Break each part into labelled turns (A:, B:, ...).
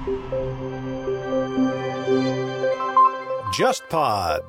A: JustPod。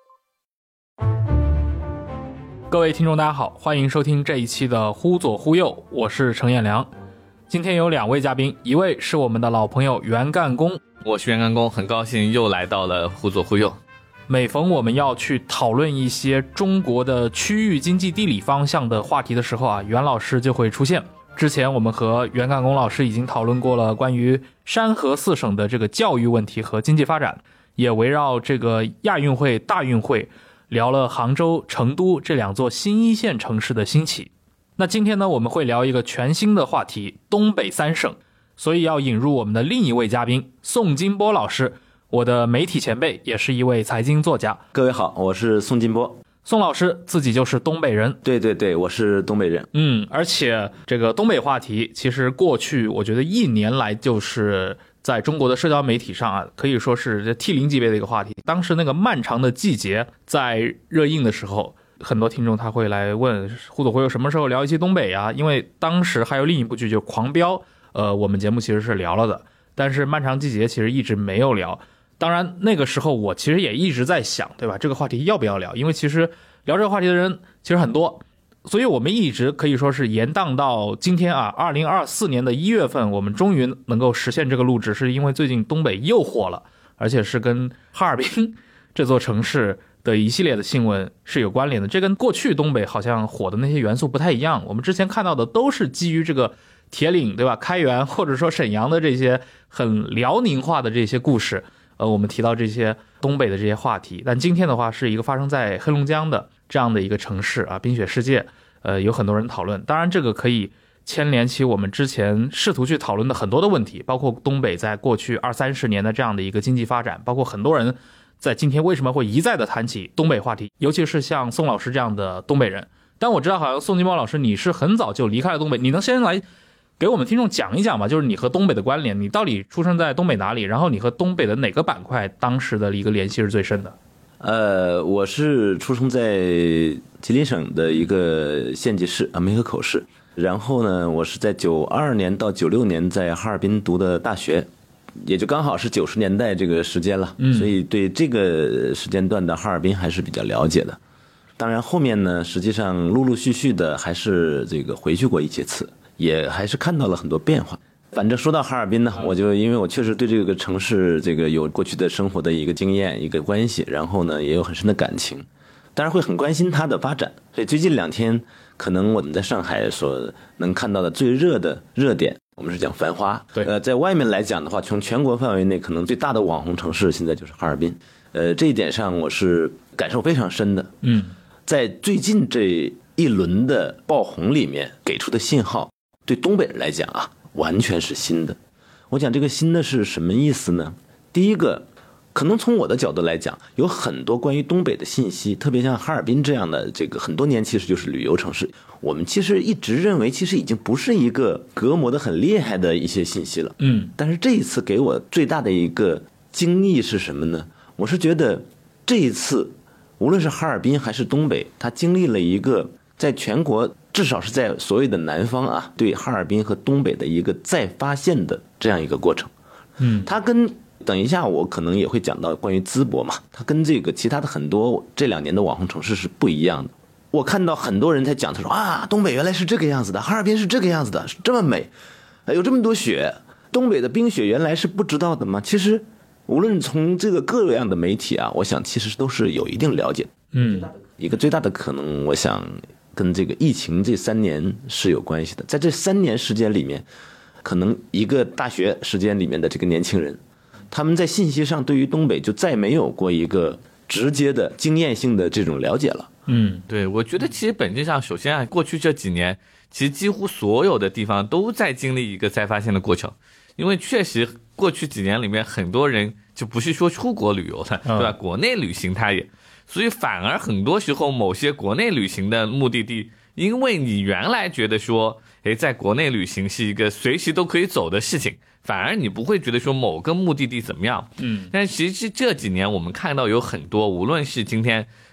B: 各位听众大家好，欢迎收听这一期的忽左忽右，我是程彦良。今天有2位嘉宾，一位是我们的老朋友袁干公，
C: 我是袁干公，很高兴又来到了忽左忽右。
B: 每逢我们要去讨论一些中国的区域经济地理方向的话题的时候啊，袁老师就会出现。之前我们和袁干公老师已经讨论过了关于山河4省的这个教育问题和经济发展，也围绕这个亚运会、大运会聊了杭州、成都这2座新一线城市的兴起。那今天呢，我们会聊一个全新的话题，东北3省，所以要引入我们的另一位嘉宾宋金波老师，我的媒体前辈，也是一位财经作家。
D: 各位好，我是宋金波。
B: 宋老师自己就是东北人。
D: 对，我是东北人。
B: 而且这个东北话题其实过去我觉得1年来就是在中国的社交媒体上啊，可以说是 T0 级别的一个话题。当时那个漫长的季节在热映的时候，很多听众他会来问忽左忽右什么时候聊一期东北啊？因为当时还有另一部剧就狂飙，我们节目其实是聊了的，但是漫长季节其实一直没有聊。当然那个时候我其实也一直在想，对吧，这个话题要不要聊，因为其实聊这个话题的人其实很多，所以我们一直可以说是延宕到今天啊，2024年的1月份我们终于能够实现这个录制，是因为最近东北又火了，而且是跟哈尔滨这座城市的一系列的新闻是有关联的。这跟过去东北好像火的那些元素不太一样，我们之前看到的都是基于这个铁岭，对吧，开原或者说沈阳的这些很辽宁化的这些故事，我们提到这些东北的这些话题。但今天的话是一个发生在黑龙江的这样的一个城市啊，冰雪世界，有很多人讨论。当然这个可以牵连起我们之前试图去讨论的很多的问题，包括东北在过去20-30年的这样的一个经济发展，包括很多人在今天为什么会一再的谈起东北话题，尤其是像宋老师这样的东北人。但我知道好像宋金波老师你是很早就离开了东北，你能先来给我们听众讲一讲吧，就是你和东北的关联，你到底出生在东北哪里，然后你和东北的哪个板块当时的一个联系是最深的？
D: 我是出生在吉林省的一个县级市啊，梅河口市。然后呢，我是在92年到96年在哈尔滨读的大学，也就刚好是90年代这个时间了，所以对这个时间段的哈尔滨还是比较了解的。当然后面呢，实际上陆陆续续的还是这个回去过一些次，也还是看到了很多变化。反正说到哈尔滨呢，我就因为我确实对这个城市这个有过去的生活的一个经验一个关系，然后呢也有很深的感情，当然会很关心它的发展。所以最近2天可能我们在上海所能看到的最热的热点，我们是讲繁花。
B: 对，
D: 在外面来讲的话，从全国范围内可能最大的网红城市现在就是哈尔滨。这一点上我是感受非常深的。在最近这一轮的爆红里面给出的信号，对东北人来讲啊，完全是新的。我讲这个新的是什么意思呢？第一个，可能从我的角度来讲，有很多关于东北的信息，特别像哈尔滨这样的这个很多年其实就是旅游城市，我们其实一直认为其实已经不是一个隔膜的很厉害的一些信息了。但是这一次给我最大的一个惊异是什么呢？我是觉得这一次无论是哈尔滨还是东北，它经历了一个在全国至少是在所谓的南方啊，对哈尔滨和东北的一个再发现的这样一个过程。它跟等一下我可能也会讲到关于淄博嘛，它跟这个其他的很多这2年的网红城市是不一样的。我看到很多人在讲，他说啊，东北原来是这个样子的，哈尔滨是这个样子的，是这么美，有这么多雪，东北的冰雪原来是不知道的吗？其实无论从这个各样的媒体啊，我想其实都是有一定了解。一个最大的可能，我想跟这个疫情这3年是有关系的。在这3年时间里面，可能一个大学时间里面的这个年轻人，他们在信息上对于东北就再没有过一个直接的经验性的这种了解了。
C: 对，我觉得其实本质上，首先啊，过去这几年，其实几乎所有的地方都在经历一个再发现的过程。因为确实过去几年里面，很多人就不是说出国旅游了，对吧？国内旅行他也，所以反而很多时候某些国内旅行的目的地，因为你原来觉得说，在国内旅行是一个随时都可以走的事情，反而你不会觉得说某个目的地怎么样。但其实这几年我们看到有很多，无论是今天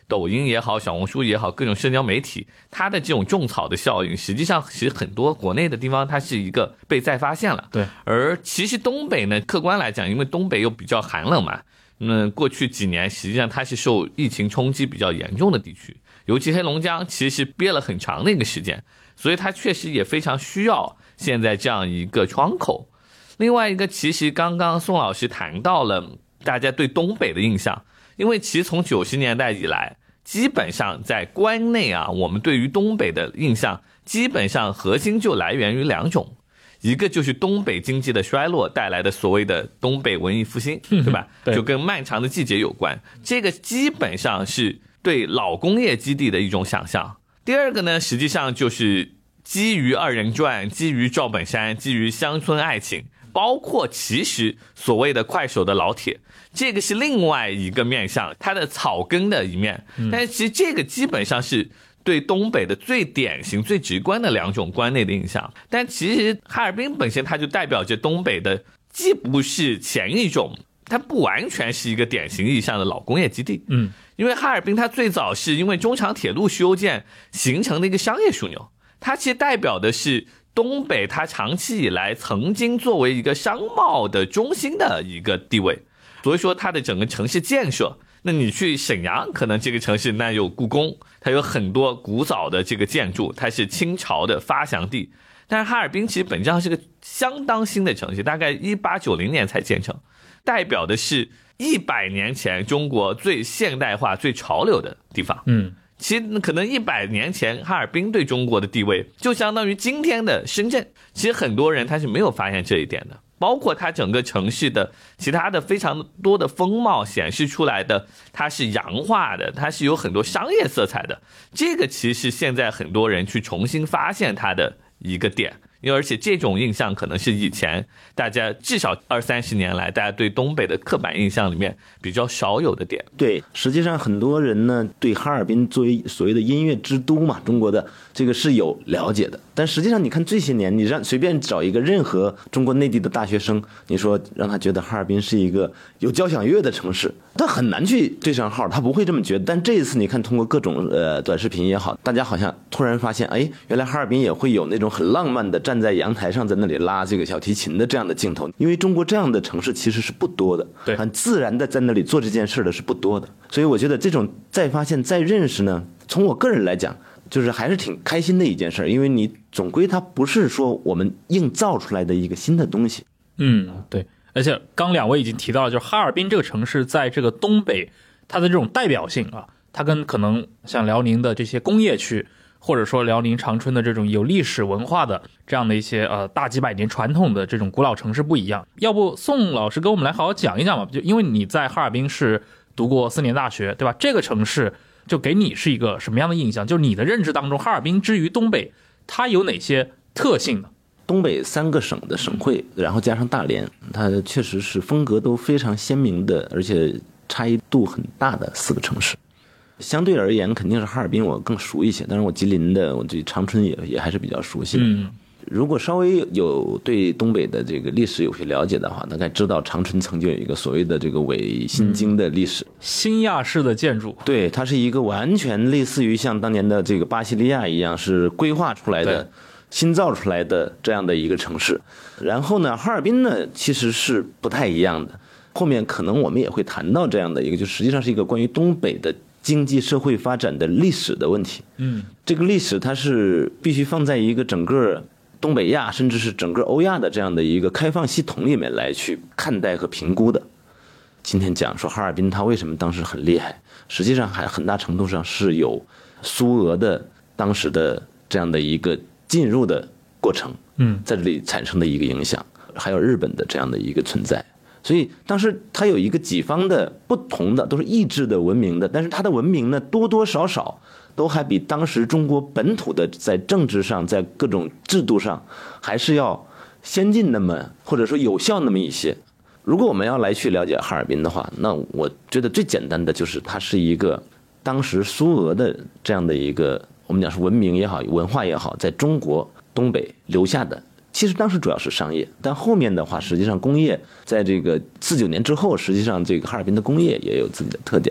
C: 抖音也好，小红书也好，各种社交媒体，它的这种种草的效应，实际上其实很多国内的地方它是一个被再发现了。
B: 对，
C: 而其实东北呢，客观来讲，因为东北又比较寒冷嘛，过去几年实际上它是受疫情冲击比较严重的地区，尤其黑龙江其实是憋了很长的一个时间，所以它确实也非常需要现在这样一个窗口。另外一个，其实刚刚宋老师谈到了大家对东北的印象，因为其实从90年代以来，基本上在关内啊，我们对于东北的印象基本上核心就来源于两种，一个就是东北经济的衰落带来的所谓的东北文艺复兴，对吧？
B: 对，
C: 就跟漫长的季节有关，这个基本上是对老工业基地的一种想象。第二个呢，实际上就是基于二人转，基于赵本山，基于乡村爱情，包括其实所谓的快手的老铁，这个是另外一个面向，它的草根的一面。但是其实这个基本上是对东北的最典型、最直观的两种关内的印象。但其实哈尔滨本身它就代表着东北的，既不是前一种，它不完全是一个典型意义上的老工业基地。因为哈尔滨它最早是因为中长铁路修建形成的一个商业枢纽，它其实代表的是东北它长期以来曾经作为一个商贸的中心的一个地位，所以说它的整个城市建设，那你去沈阳，可能这个城市那有故宫，它有很多古早的这个建筑，它是清朝的发祥地。但是哈尔滨其实本质上是个相当新的城市，大概1890年才建成，代表的是100年前中国最现代化、最潮流的地方。其实可能100年前哈尔滨对中国的地位就相当于今天的深圳，其实很多人他是没有发现这一点的，包括它整个城市的其他的非常多的风貌显示出来的，它是洋化的，它是有很多商业色彩的，这个其实是现在很多人去重新发现它的一个点。因为而且这种印象可能是以前大家至少20-30年来大家对东北的刻板印象里面比较少有的点。
D: 对，实际上很多人呢对哈尔滨作为所谓的音乐之都嘛，中国的这个是有了解的，但实际上你看这些年，你让随便找一个任何中国内地的大学生，你说让他觉得哈尔滨是一个有交响乐的城市，他很难去对上号，他不会这么觉得。但这一次你看通过各种短视频也好，大家好像突然发现，哎，原来哈尔滨也会有那种很浪漫的站在阳台上在那里拉这个小提琴的这样的镜头，因为中国这样的城市其实是不多的，
B: 对，
D: 很自然的在那里做这件事的是不多的，所以我觉得这种再发现再认识呢，从我个人来讲就是还是挺开心的一件事，因为你总归它不是说我们硬造出来的一个新的东西。
B: 对，而且刚两位已经提到了，就是哈尔滨这个城市在这个东北它的这种代表性啊，它跟可能像辽宁的这些工业区，或者说辽宁长春的这种有历史文化的这样的一些大几百年传统的这种古老城市不一样。要不宋老师跟我们来好好讲一讲吧，就因为你在哈尔滨是读过4年大学，对吧？这个城市就给你是一个什么样的印象？就是你的认知当中，哈尔滨之于东北，它有哪些特性呢？
D: 东北3个省的省会，然后加上大连，它确实是风格都非常鲜明的，而且差异度很大的4个城市。相对而言，肯定是哈尔滨我更熟一些，但是我吉林的，我对长春也还是比较熟悉。如果稍微有对东北的这个历史有些了解的话，大概知道长春曾经有一个所谓的这个伪新京的历史，
B: 新亚式的建筑。
D: 对，它是一个完全类似于像当年的这个巴西利亚一样，是规划出来的、新造出来的这样的一个城市。然后呢，哈尔滨呢其实是不太一样的，后面可能我们也会谈到这样的一个，就实际上是一个关于东北的经济社会发展的历史的问题。这个历史它是必须放在一个整个东北亚甚至是整个欧亚的这样的一个开放系统里面来去看待和评估的。今天讲说哈尔滨它为什么当时很厉害，实际上还很大程度上是有苏俄的当时的这样的一个进入的过程，在这里产生的一个影响，还有日本的这样的一个存在。所以当时它有一个几方的不同的都是异质的文明的，但是它的文明呢多多少少都还比当时中国本土的在政治上在各种制度上还是要先进那么或者说有效那么一些。如果我们要来去了解哈尔滨的话，那我觉得最简单的就是它是一个当时苏俄的这样的一个我们讲是文明也好文化也好在中国东北留下的，其实当时主要是商业，但后面的话实际上工业在这个49年之后，实际上这个哈尔滨的工业也有自己的特点了。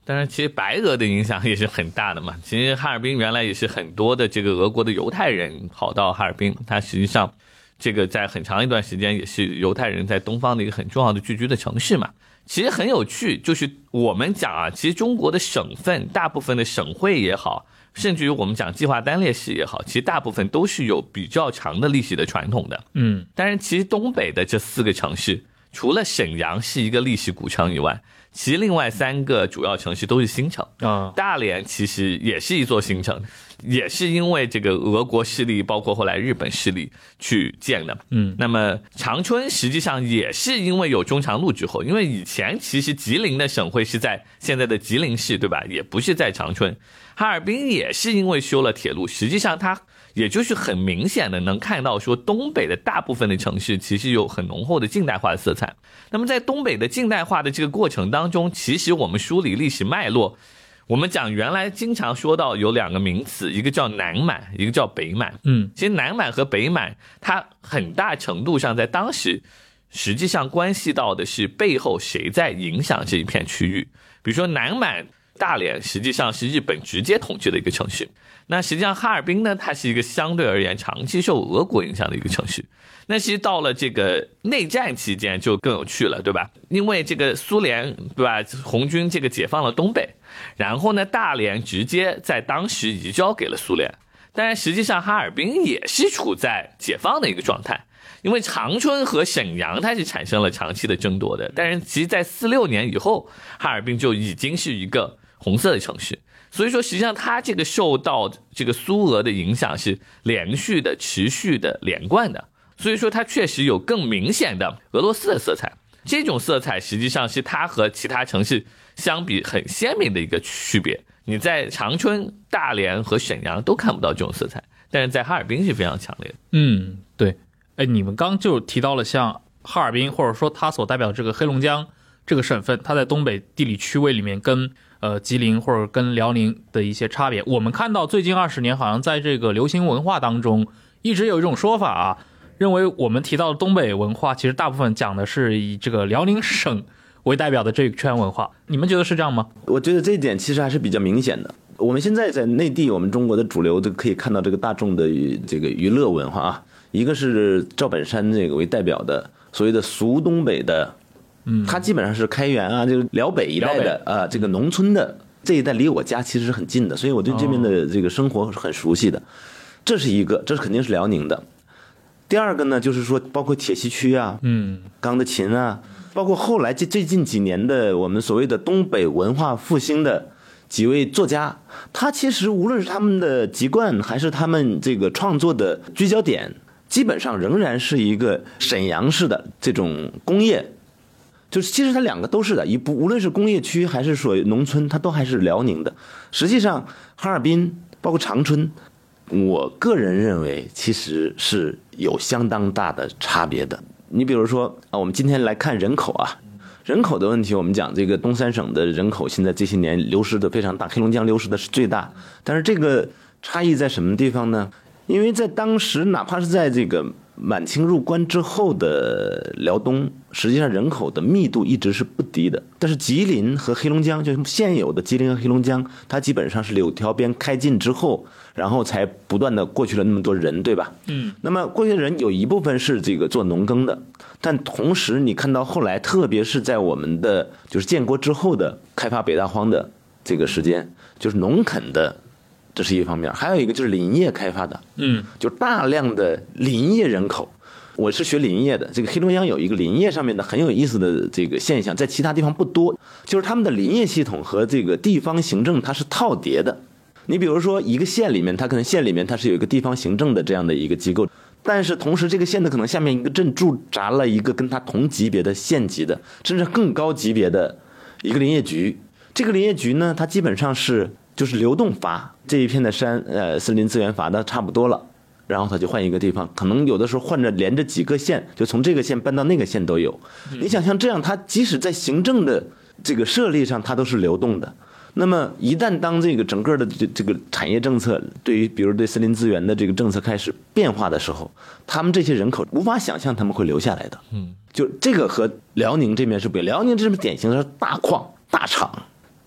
C: 当然，其实白俄的影响也是很大的嘛。其实哈尔滨原来也是很多的这个俄国的犹太人跑到哈尔滨，它实际上这个在很长一段时间也是犹太人在东方的一个很重要的聚居的城市嘛。其实很有趣，就是我们讲啊，其实中国的省份大部分的省会也好，甚至于我们讲计划单列市也好，其实大部分都是有比较长的历史的传统的。当然其实东北的这4个城市，除了沈阳是一个历史古城以外，其实另外3个主要城市都是新城啊。大连其实也是一座新城，也是因为这个俄国势力包括后来日本势力去建的。那么长春实际上也是因为有中长路之后，因为以前其实吉林的省会是在现在的吉林市，对吧？也不是在长春。哈尔滨也是因为修了铁路，实际上它也就是很明显的能看到说东北的大部分的城市其实有很浓厚的近代化的色彩。那么在东北的近代化的这个过程当中，其实我们梳理历史脉络，我们讲原来经常说到有2个名词，一个叫南满，一个叫北满。其实南满和北满它很大程度上在当时实际上关系到的是背后谁在影响这一片区域。比如说南满大连实际上是日本直接统治的一个城市，那实际上哈尔滨呢，它是一个相对而言长期受俄国影响的一个城市。那其实到了这个内战期间就更有趣了，对吧？因为这个苏联，对吧，红军这个解放了东北，然后呢大连直接在当时移交给了苏联，但是实际上哈尔滨也是处在解放的一个状态。因为长春和沈阳它是产生了长期的争夺的，但是其实在46年以后，哈尔滨就已经是一个红色的城市。所以说实际上它这个受到这个苏俄的影响是连续的、持续的、连贯的，所以说它确实有更明显的俄罗斯的色彩。这种色彩实际上是它和其他城市相比很鲜明的一个区别，你在长春、大连和沈阳都看不到这种色彩，但是在哈尔滨是非常强烈的。
B: 对。你们刚就提到了像哈尔滨，或者说它所代表这个黑龙江这个省份，它在东北地理区位里面跟吉林或者跟辽宁的一些差别。我们看到最近20年好像在这个流行文化当中一直有一种说法啊，认为我们提到的东北文化其实大部分讲的是以这个辽宁省为代表的这一圈文化，你们觉得是这样吗？
D: 我觉得这一点其实还是比较明显的。我们现在在内地，我们中国的主流都可以看到这个大众的这个娱乐文化啊，一个是赵本山这个为代表的所谓的俗东北的，它基本上是开原啊，这个辽北一带的啊，这个农村的这一带离我家其实是很近的，所以我对这边的这个生活是很熟悉的。这是一个，这是肯定是辽宁的。第二个呢，就是说包括铁西区啊，钢的琴啊，包括后来最近几年的我们所谓的东北文化复兴的几位作家，他其实无论是他们的籍贯还是他们这个创作的聚焦点，基本上仍然是一个沈阳式的这种工业，就是其实它2个都是的，无论是工业区还是说农村，它都还是辽宁的。实际上哈尔滨包括长春，我个人认为其实是有相当大的差别的。你比如说啊，我们今天来看人口啊，人口的问题，我们讲这个东3省的人口现在这些年流失的非常大，黑龙江流失的是最大。但是这个差异在什么地方呢？因为在当时，哪怕是在这个满清入关之后的辽东，实际上人口的密度一直是不低的。但是吉林和黑龙江，就是现有的吉林和黑龙江，它基本上是柳条边开进之后，然后才不断的过去了那么多人，对吧？那么过去的人有一部分是这个做农耕的，但同时你看到后来，特别是在我们的就是建国之后的开发北大荒的这个时间，就是农垦的。这是一方面，还有一个就是林业开发的，就大量的林业人口。我是学林业的，这个黑龙江有一个林业上面的很有意思的这个现象，在其他地方不多，就是他们的林业系统和这个地方行政它是套叠的。你比如说一个县里面，它可能县里面它是有一个地方行政的这样的一个机构，但是同时这个县的可能下面一个镇驻扎了一个跟它同级别的县级的，甚至更高级别的一个林业局。这个林业局呢，它基本上是就是流动伐这一片的山，森林资源伐的差不多了，然后他就换一个地方，可能有的时候换着连着几个县，就从这个县搬到那个县都有。你想象这样，它即使在行政的这个设立上，它都是流动的。那么一旦当这个整个的这个产业政策对于比如对森林资源的这个政策开始变化的时候，他们这些人口无法想象他们会留下来的。就这个和辽宁这边是不一样，辽宁这边典型的是大矿大厂。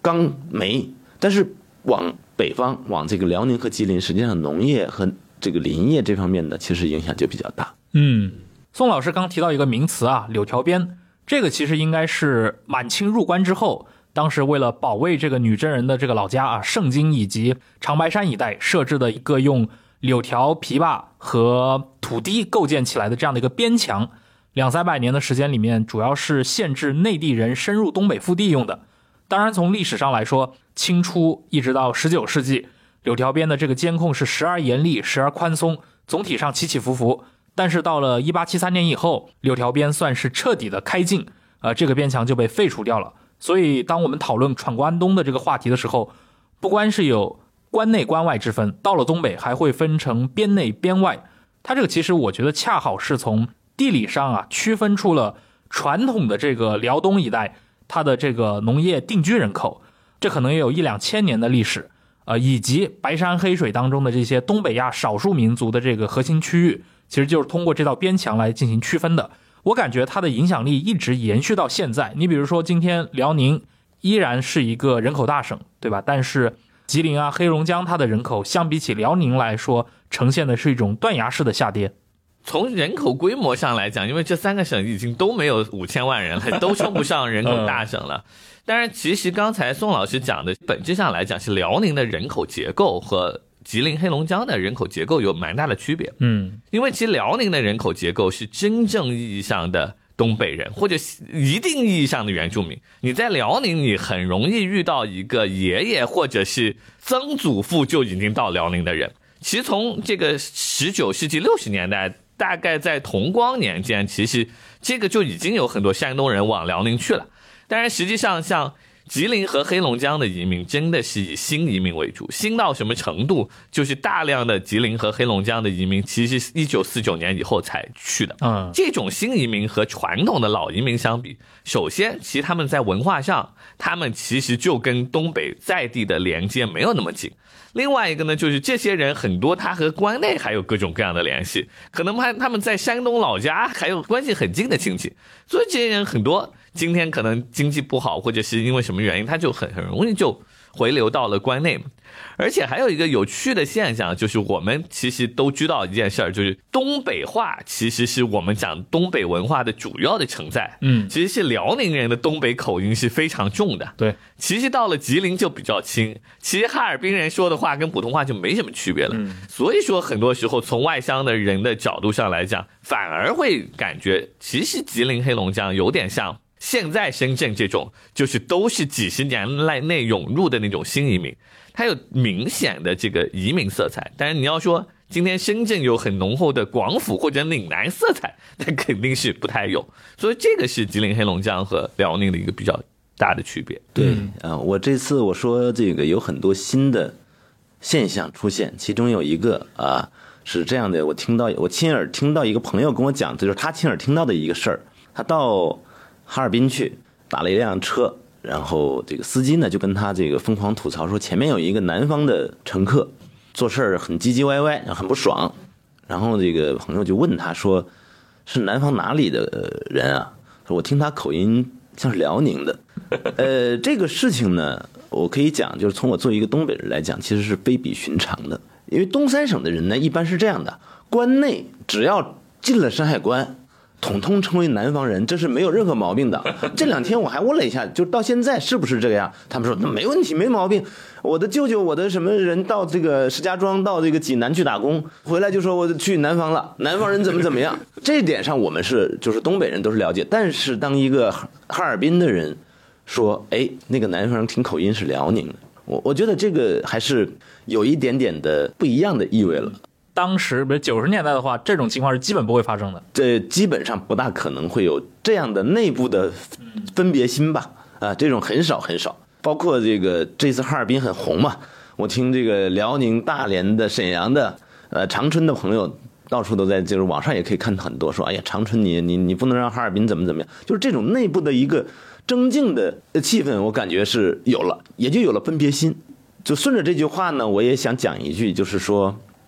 D: 钢煤，但是往北方，往这个辽宁和吉林，实际上农业和这个林业这方面的其实影响就比较大。
B: 宋老师刚提到一个名词啊，柳条边，这个其实应该是满清入关之后，当时为了保卫这个女真人的这个老家啊，盛京以及长白山一带设置的一个用柳条、琵琶和土堤构建起来的这样的一个边墙，200-300年的时间里面，主要是限制内地人深入东北腹地用的。当然从历史上来说，清初一直到19世纪，柳条边的这个监控是时而严厉，时而宽松，总体上起起伏伏。但是到了1873年以后，柳条边算是彻底的开禁，这个边墙就被废除掉了。所以当我们讨论闯关东的这个话题的时候，不光是有关内关外之分，到了东北还会分成边内边外。它这个其实我觉得恰好是从地理上啊区分出了传统的这个辽东一带它的这个农业定居人口，这可能也有1-2千年的历史，以及白山黑水当中的这些东北亚少数民族的这个核心区域，其实就是通过这道边墙来进行区分的。我感觉它的影响力一直延续到现在。你比如说今天辽宁依然是一个人口大省，对吧？但是吉林啊、黑龙江它的人口相比起辽宁来说，呈现的是一种断崖式的下跌。
C: 从人口规模上来讲，因为这3个省已经都没有5000万人了，都称不上人口大省了。当然其实刚才宋老师讲的本质上来讲是辽宁的人口结构和吉林黑龙江的人口结构有蛮大的区别。因为其实辽宁的人口结构是真正意义上的东北人，或者一定意义上的原住民。你在辽宁你很容易遇到一个爷爷或者是曾祖父就已经到辽宁的人。其实从这个19世纪60年代，大概在同光年间，其实这个就已经有很多山东人往辽宁去了。当然实际上像吉林和黑龙江的移民真的是以新移民为主，新到什么程度，就是大量的吉林和黑龙江的移民其实是1949年以后才去的。这种新移民和传统的老移民相比，首先其实他们在文化上，他们其实就跟东北在地的连接没有那么紧。另外一个呢，就是这些人很多他和关内还有各种各样的联系，可能他们在山东老家还有关系很近的亲戚，所以这些人很多今天可能经济不好，或者是因为什么原因，他就很容易就回流到了关内。而且还有一个有趣的现象，就是我们其实都知道一件事儿，就是东北话其实是我们讲东北文化的主要的承载。其实是辽宁人的东北口音是非常重的。
B: 对，
C: 其实到了吉林就比较轻，其实哈尔滨人说的话跟普通话就没什么区别了。所以说很多时候从外乡的人的角度上来讲，反而会感觉其实吉林黑龙江有点像现在深圳这种，就是都是几十年来内涌入的那种新移民，它有明显的这个移民色彩。但是你要说今天深圳有很浓厚的广府或者岭南色彩，那肯定是不太有。所以这个是吉林黑龙江和辽宁的一个比较大的区别。
D: 对我这次我说这个有很多新的现象出现，其中有一个是这样的，我亲耳听到一个朋友跟我讲，这就是他亲耳听到的一个事儿。他到哈尔滨去打了一辆车，然后这个司机呢就跟他这个疯狂吐槽说，前面有一个南方的乘客做事儿很唧唧歪歪，很不爽。然后这个朋友就问他说，是南方哪里的人啊？说我听他口音像是辽宁的。这个事情呢，我可以讲，就是从我作为一个东北人来讲，其实是非比寻常的。因为东三省的人呢，一般是这样的，关内只要进了山海关，统称为南方人，这是没有任何毛病的。这2天我还问了一下，就到现在是不是这个样？他们说那没问题，没毛病。我的舅舅，我的什么人到这个石家庄，到这个济南去打工，回来就说我去南方了，南方人怎么样。这一点上我们就是东北人都是了解。但是当一个哈尔滨的人说，那个南方人听口音是辽宁的，我觉得这个还是有一点点的不一样的意味了。
B: 当时比如90年代的话，这种情况是基本不会发生的，
D: 这基本上不大可能会有这样的内部的分别心吧？这种很少很少。包括这次哈尔滨很红嘛，我听这个辽宁、大连的、沈阳的、长春的朋友到处都在，就是网上也可以看很多说，哎呀，长春你不能让哈尔滨怎么样，就是这种内部的一个争竞的气氛，我感觉是有了，也就有了分别心。就顺着这句话呢，我也想讲一句，就是说，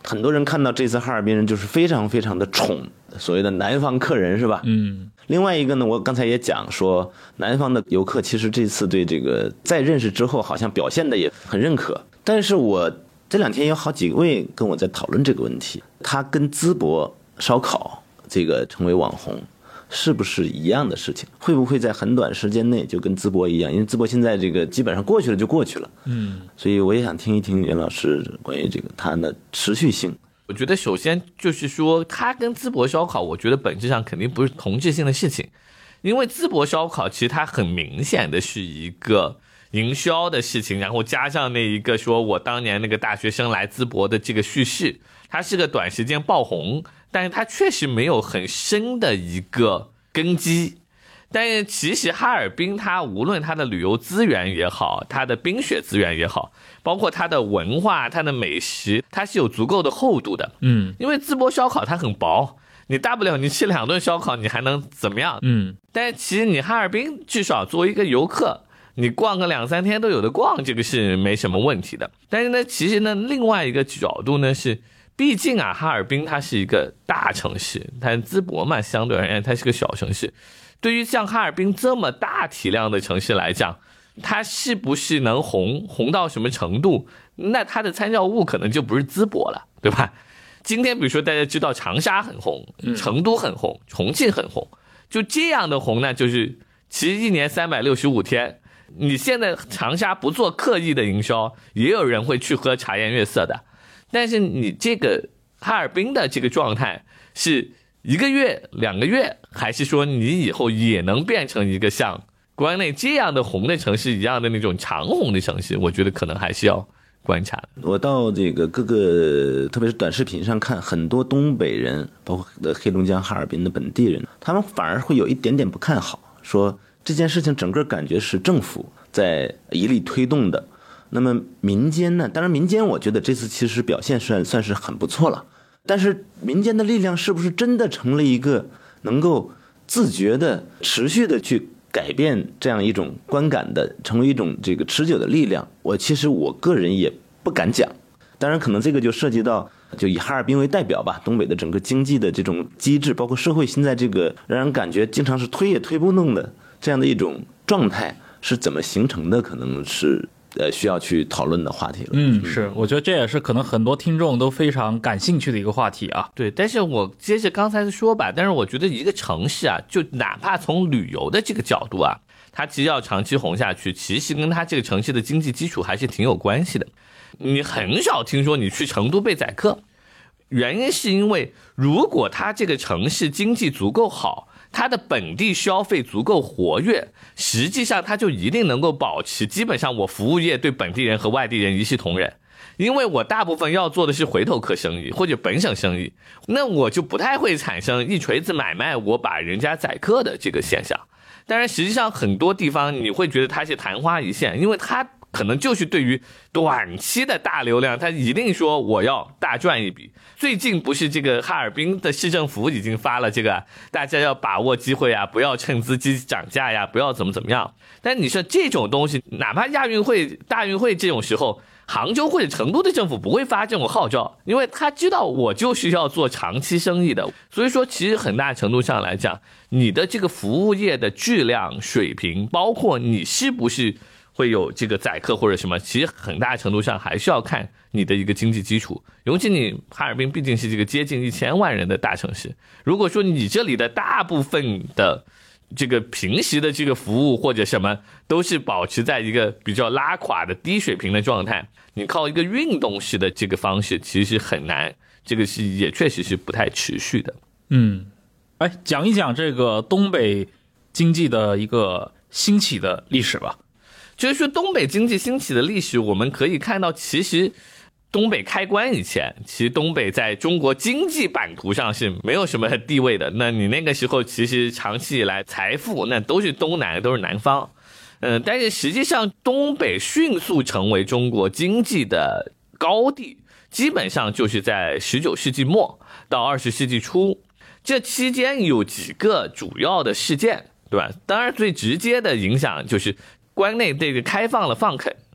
D: 很多人看到这次哈尔滨人就是非常非常的宠所谓的南方客人，是吧？另外一个呢，我刚才也讲说，南方的游客其实这次对这个在认识之后，好像表现的也很认可。但是我这2天有好几位跟我在讨论这个问题，他跟淄博烧烤这个成为网红，是不是一样的事情？会不会在很短时间内就跟淄博一样？因为淄博现在这个基本上过去了就过去了。所以我也想听一听袁老师关于这个它的持续性。
C: 我觉得首先就是说，它跟淄博烧烤，我觉得本质上肯定不是同质性的事情，因为淄博烧烤其实它很明显的是一个营销的事情，然后加上那一个说我当年那个大学生来淄博的这个叙事，它是个短时间爆红，但是它确实没有很深的一个根基。但是其实哈尔滨它无论它的旅游资源也好，它的冰雪资源也好，包括它的文化、它的美食，它是有足够的厚度的。因为淄博烧烤它很薄，你大不了你吃2顿烧烤，你还能怎么样？但是其实你哈尔滨至少作为一个游客，你逛个2-3天都有的逛，这个是没什么问题的。但是呢，其实呢，另外一个角度呢是，毕竟啊，哈尔滨它是一个大城市，但淄博嘛，相对而言它是个小城市。对于像哈尔滨这么大体量的城市来讲，它是不是能红到什么程度？那它的参照物可能就不是淄博了，对吧？今天比如说大家知道长沙很红，成都很红，重庆很红，就这样的红呢，就是其实1年365天，你现在长沙不做刻意的营销，也有人会去喝茶颜悦色的。但是你这个哈尔滨的这个状态是1个月、2个月，还是说你以后也能变成一个像关内这样的红的城市一样的那种长红的城市？我觉得可能还是要观察的。
D: 我到这个各个，特别是短视频上看，很多东北人，包括黑龙江哈尔滨的本地人，他们反而会有一点点不看好，说这件事情整个感觉是政府在一力推动的。那么民间呢？当然民间我觉得这次其实表现算是很不错了。但是民间的力量是不是真的成了一个能够自觉的、持续的去改变这样一种观感的，成为一种这个持久的力量？其实我个人也不敢讲。当然，可能这个就涉及到，就以哈尔滨为代表吧，东北的整个经济的这种机制，包括社会现在这个让人感觉经常是推也推不动的这样的一种状态是怎么形成的，可能是需要去讨论的话题了。
B: 是，我觉得这也是可能很多听众都非常感兴趣的一个话题啊。
C: 对，但是我接着刚才的说吧，但是我觉得一个城市啊，就哪怕从旅游的这个角度啊，它其实要长期红下去，其实跟它这个城市的经济基础还是挺有关系的。你很少听说你去成都被宰客，原因是因为如果它这个城市经济足够好，它的本地消费足够活跃，实际上它就一定能够保持基本上我服务业对本地人和外地人一视同仁。因为我大部分要做的是回头客生意或者本省生意，那我就不太会产生一锤子买卖我把人家宰客的这个现象。当然实际上很多地方你会觉得它是昙花一现，因为它可能就是对于短期的大流量，它一定说我要大赚一笔。最近不是这个哈尔滨的市政府已经发了这个大家要把握机会啊，不要趁资机涨价呀，不要怎么样。但你说这种东西，哪怕亚运会、大运会这种时候，杭州或者成都的政府不会发这种号召，因为他知道我就是要做长期生意的。所以说其实很大程度上来讲，你的这个服务业的质量水平，包括你是不是会有这个宰客或者什么，其实很大程度上还是要看你的一个经济基础。尤其你哈尔滨毕竟是这个接近1000万人的大城市，如果说你这里的大部分的这个平时的这个服务或者什么都是保持在一个比较拉垮的低水平的状态，你靠一个运动式的这个方式其实很难，这个是也确实是不太持续的。
B: 讲一讲这个东北经济的一个兴起的历史吧。
C: 就是说东北经济兴起的历史，我们可以看到其实东北开关以前，其实东北在中国经济版图上是没有什么地位的。那你那个时候其实长期以来财富那都是东南，都是南方。但是实际上东北迅速成为中国经济的高地，基本上就是在19世纪末到20世纪初。这期间有几个主要的事件，对吧？当然最直接的影响就是关内这个开放了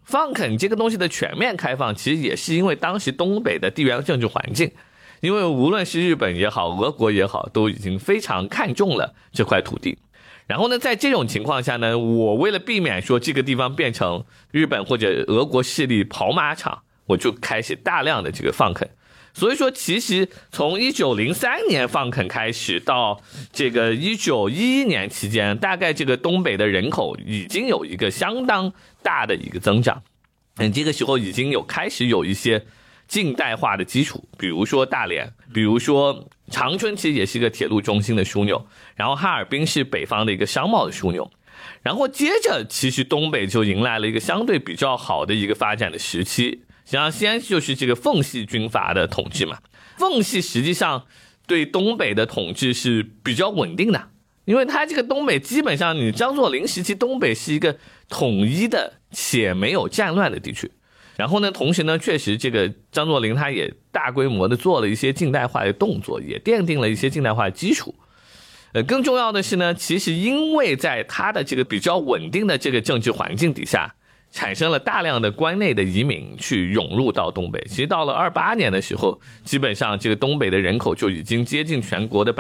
C: 放垦这个东西的全面开放，其实也是因为当时东北的地缘政治环境，因为无论是日本也好，俄国也好，都已经非常看重了这块土地。然后呢，在这种情况下呢，我为了避免说这个地方变成日本或者俄国势力跑马场，我就开始大量的这个放垦。所以说其实从1903年放垦开始到这个1911年期间，大概这个东北的人口已经有一个相当大的一个增长。这个时候已经开始有一些近代化的基础，比如说大连，比如说长春其实也是一个铁路中心的枢纽，然后哈尔滨是北方的一个商贸的枢纽。然后接着其实东北就迎来了一个相对比较好的一个发展的时期，像先就是这个奉系军阀的统治嘛。奉系实际上对东北的统治是比较稳定的，因为他这个东北基本上你张作霖时期东北是一个统一的且没有战乱的地区。然后呢，同时呢，确实这个张作霖他也大规模的做了一些近代化的动作，也奠定了一些近代化的基础。更重要的是呢，其实因为在他的这个比较稳定的这个政治环境底下，产生了大量的关内的移民去涌入到东北。其实到了28年的时候，基本上这个东北的人口就已经接近全国的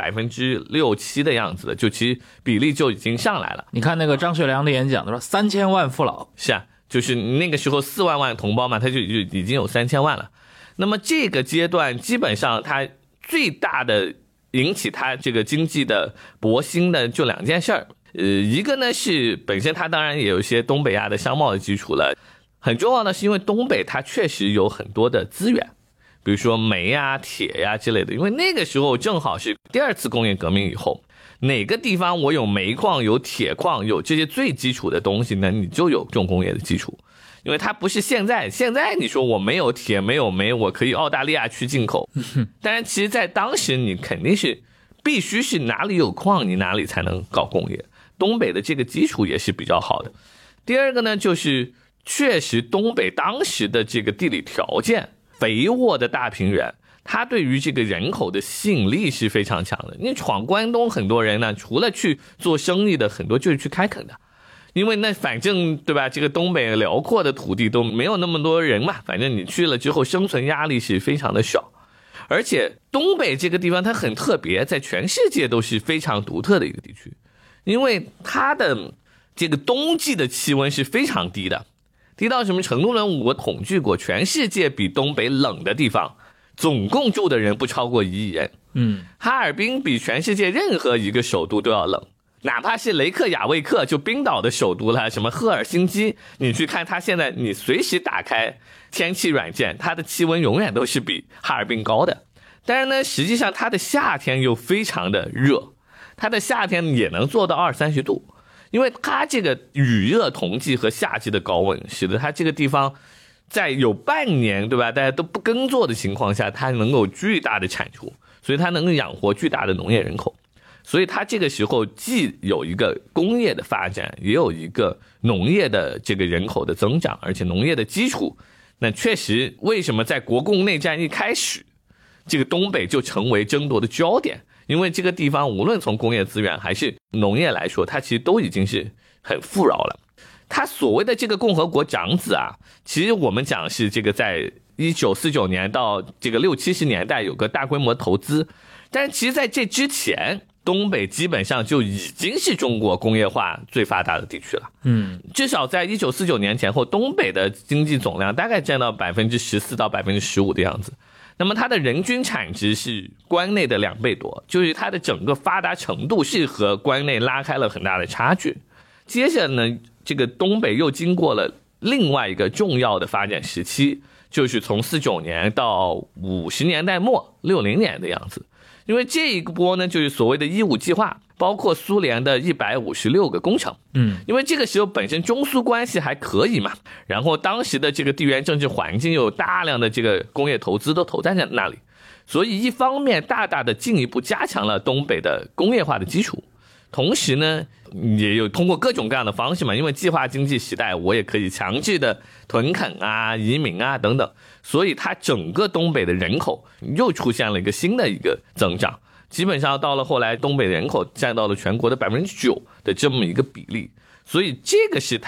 C: 6%、7%的样子了，就其实比例就已经上来了。
B: 你看那个张学良的演讲，他说3000万父老，
C: 是啊，就是那个时候4万同胞嘛，他就已经有3000万了。那么这个阶段基本上他最大的引起他这个经济的勃兴的就2件事儿。一个呢是本身它当然也有一些东北亚的商贸的基础了，很重要的是因为东北它确实有很多的资源，比如说煤啊、铁呀之类的。因为那个时候正好是第2次工业革命以后，哪个地方我有煤矿、有铁矿、有这些最基础的东西呢，你就有重工业的基础。因为它不是现在你说我没有铁没有煤，我可以澳大利亚去进口，但是其实在当时你肯定是必须是哪里有矿你哪里才能搞工业。东北的这个基础也是比较好的。第二个呢，就是确实东北当时的这个地理条件，肥沃的大平原，它对于这个人口的吸引力是非常强的。你闯关东很多人呢，除了去做生意的，很多就是去开垦的，因为那反正对吧，这个东北辽阔的土地都没有那么多人嘛，反正你去了之后生存压力是非常的小。而且东北这个地方它很特别，在全世界都是非常独特的一个地区。因为它的这个冬季的气温是非常低的，低到什么程度呢？我统计过，全世界比东北冷的地方，总共住的人不超过1亿人。哈尔滨比全世界任何一个首都都要冷，哪怕是雷克雅未克，就冰岛的首都了，什么赫尔辛基，你去看它现在，你随时打开天气软件，它的气温永远都是比哈尔滨高的。但是呢，实际上它的夏天又非常的热。它的夏天也能做到20-30度，因为它这个雨热同季和夏季的高温，使得它这个地方在有半年对吧，大家都不耕作的情况下，它能够巨大的产出，所以它能够养活巨大的农业人口。所以它这个时候既有一个工业的发展，也有一个农业的这个人口的增长，而且农业的基础。那确实为什么在国共内战一开始，这个东北就成为争夺的焦点，因为这个地方无论从工业资源还是农业来说，它其实都已经是很富饶了。它所谓的这个共和国长子啊，其实我们讲是这个在1949年到这个60-70年代有个大规模投资，但是其实在这之前，东北基本上就已经是中国工业化最发达的地区了。至少在1949年前后，东北的经济总量大概占到14%到15%的样子。那么它的人均产值是关内的2倍多，就是它的整个发达程度是和关内拉开了很大的差距。接着呢，这个东北又经过了另外一个重要的发展时期，就是从49年到50年代末60年的样子。因为这一波呢，就是所谓的15计划，包括苏联的156个工程。因为这个时候本身中苏关系还可以嘛，然后当时的这个地缘政治环境有大量的这个工业投资都投在那里，所以一方面大大的进一步加强了东北的工业化的基础，同时呢也有通过各种各样的方式嘛，因为计划经济时代我也可以强制的屯垦啊、移民啊等等，所以它整个东北的人口又出现了一个新的一个增长，基本上到了后来东北人口占到了全国的9%的这么一个比例，所以这个是它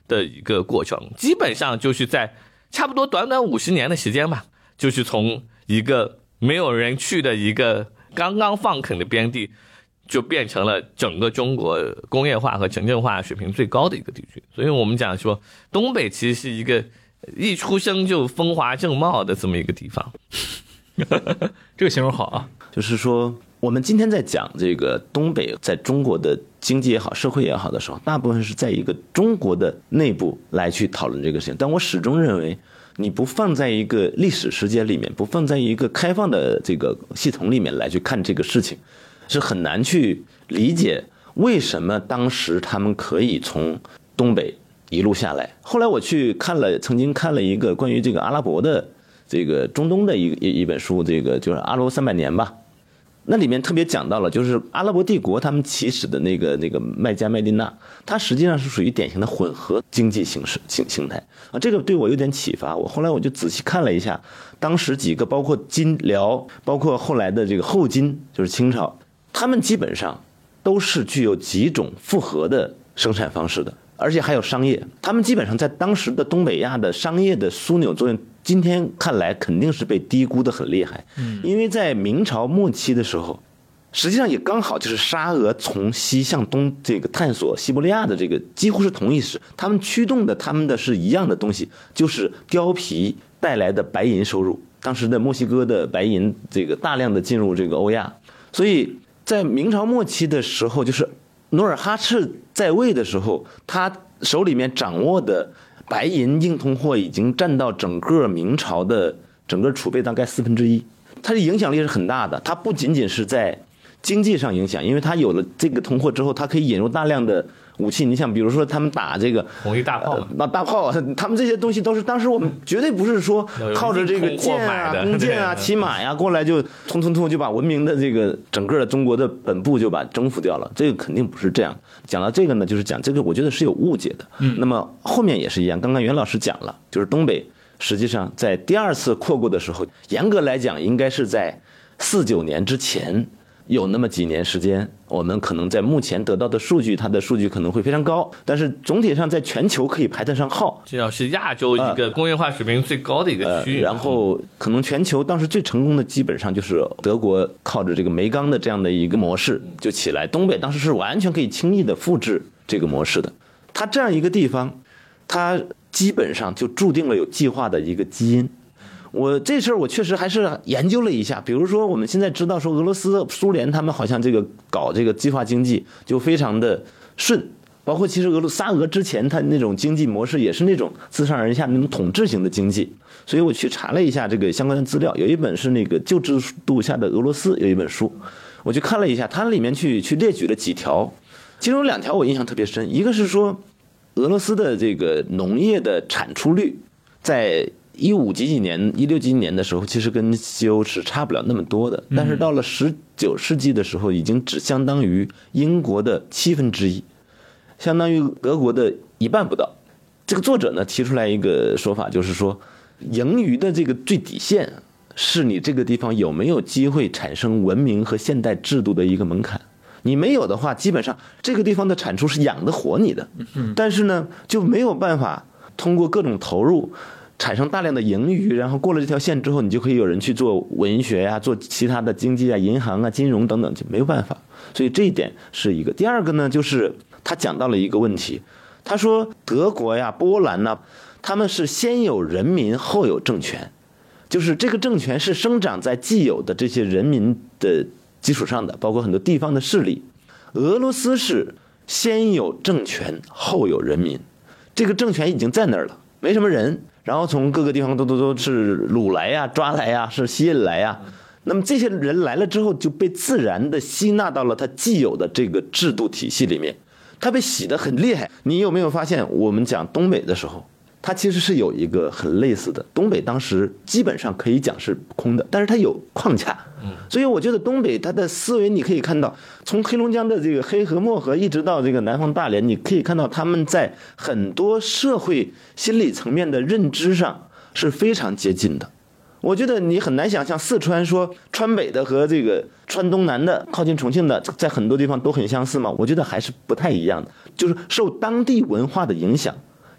C: 的一个过程，基本上就是在差不多短短50年的时间吧，就是从一个没有人去的一个刚刚放垦的边地，就变成了整个中国工业化和城镇化水平最高的一个地区。所以我们讲说，东北其实是一个一出生就风华正茂的这么一个地方。
B: 这个形容好啊。
D: 就是说，我们今天在讲这个东北在中国的经济也好，社会也好的时候，大部分是在一个中国的内部来去讨论这个事情。但我始终认为，你不放在一个历史时间里面，不放在一个开放的这个系统里面来去看这个事情，是很难去理解为什么当时他们可以从东北一路下来。后来我去看了，曾经看了一个关于这个阿拉伯的这个中东的一本书，这个就是阿拉伯300年吧。那里面特别讲到了，就是阿拉伯帝国他们起始的那个麦加麦地那，它实际上是属于典型的混合经济形态啊。这个对我有点启发。后来我就仔细看了一下，当时几个包括金辽，包括后来的这个后金，就是清朝，他们基本上都是具有几种复合的生产方式的，而且还有商业。他们基本上在当时的东北亚的商业的枢纽作用，今天看来肯定是被低估的很厉害。因为在明朝末期的时候，实际上也刚好就是沙俄从西向东这个探索西伯利亚的这个几乎是同一时，他们驱动的他们的是一样的东西，就是貂皮带来的白银收入。当时的墨西哥的白银这个大量的进入这个欧亚，所以在明朝末期的时候，就是努尔哈赤在位的时候，他手里面掌握的白银硬通货已经占到整个明朝的整个储备大概1/4，它的影响力是很大的。它不仅仅是在经济上影响，因为它有了这个通货之后，它可以引入大量的武器。你想，比如说他们打这个
C: 红衣大炮，
D: 大炮，他们这些东西都是当时我们绝对不是说靠着这个剑啊、弓箭啊、骑马呀过来就突就把文明的这个整个的中国的本部就把征服掉了，这个肯定不是这样。讲到这个呢，就是讲这个，我觉得是有误解的。那么后面也是一样，刚刚袁老师讲了，就是东北实际上在第二次扩过的时候，严格来讲应该是在49年之前。有那么几年时间，我们可能在目前得到的数据，它的数据可能会非常高，但是总体上在全球可以排得上号。
C: 这要是亚洲一个工业化水平最高的一个区域，
D: 然后可能全球当时最成功的基本上就是德国靠着这个煤钢的这样的一个模式就起来，东北当时是完全可以轻易的复制这个模式的。它这样一个地方，它基本上就注定了有计划的一个基因。我这事儿我确实还是研究了一下，比如说我们现在知道说俄罗斯、苏联他们好像这个搞这个计划经济就非常的顺，包括其实沙俄之前他那种经济模式也是那种自上而下那种统治型的经济，所以我去查了一下这个相关的资料，有一本是那个旧制度下的俄罗斯有一本书，我去看了一下，它里面去列举了几条，其中有2条我印象特别深，一个是说俄罗斯的这个农业的产出率在15几年、16几年的时候，其实跟西欧是差不了那么多的，但是到了19世纪的时候，已经只相当于英国的1/7，相当于德国的1半不到。这个作者呢提出来一个说法，就是说，盈余的这个最底线是你这个地方有没有机会产生文明和现代制度的一个门槛。你没有的话，基本上这个地方的产出是养得活你的，但是呢就没有办法通过各种投入产生大量的盈余，然后过了这条线之后，你就可以有人去做文学呀、做其他的经济啊、银行啊、金融等等，就没有办法。所以这一点是一个。第二个呢，就是他讲到了一个问题，他说德国呀、波兰呐，他们是先有人民后有政权，就是这个政权是生长在既有的这些人民的基础上的，包括很多地方的势力。俄罗斯是先有政权后有人民，这个政权已经在那儿了，没什么人。然后从各个地方都是掳来呀、抓来呀、是吸引来呀。那么这些人来了之后，就被自然的吸纳到了他既有的这个制度体系里面，他被洗得很厉害。你有没有发现，我们讲东北的时候，它其实是有一个很类似的。东北当时基本上可以讲是空的，但是它有框架。所以我觉得东北它的思维，你可以看到，从黑龙江的这个黑河、漠河，一直到这个南方大连，你可以看到他们在很多社会心理层面的认知上是非常接近的。我觉得你很难想象四川说川北的和这个川东南的靠近重庆的在很多地方都很相似吗？我觉得还是不太一样的，就是受当地文化的影响。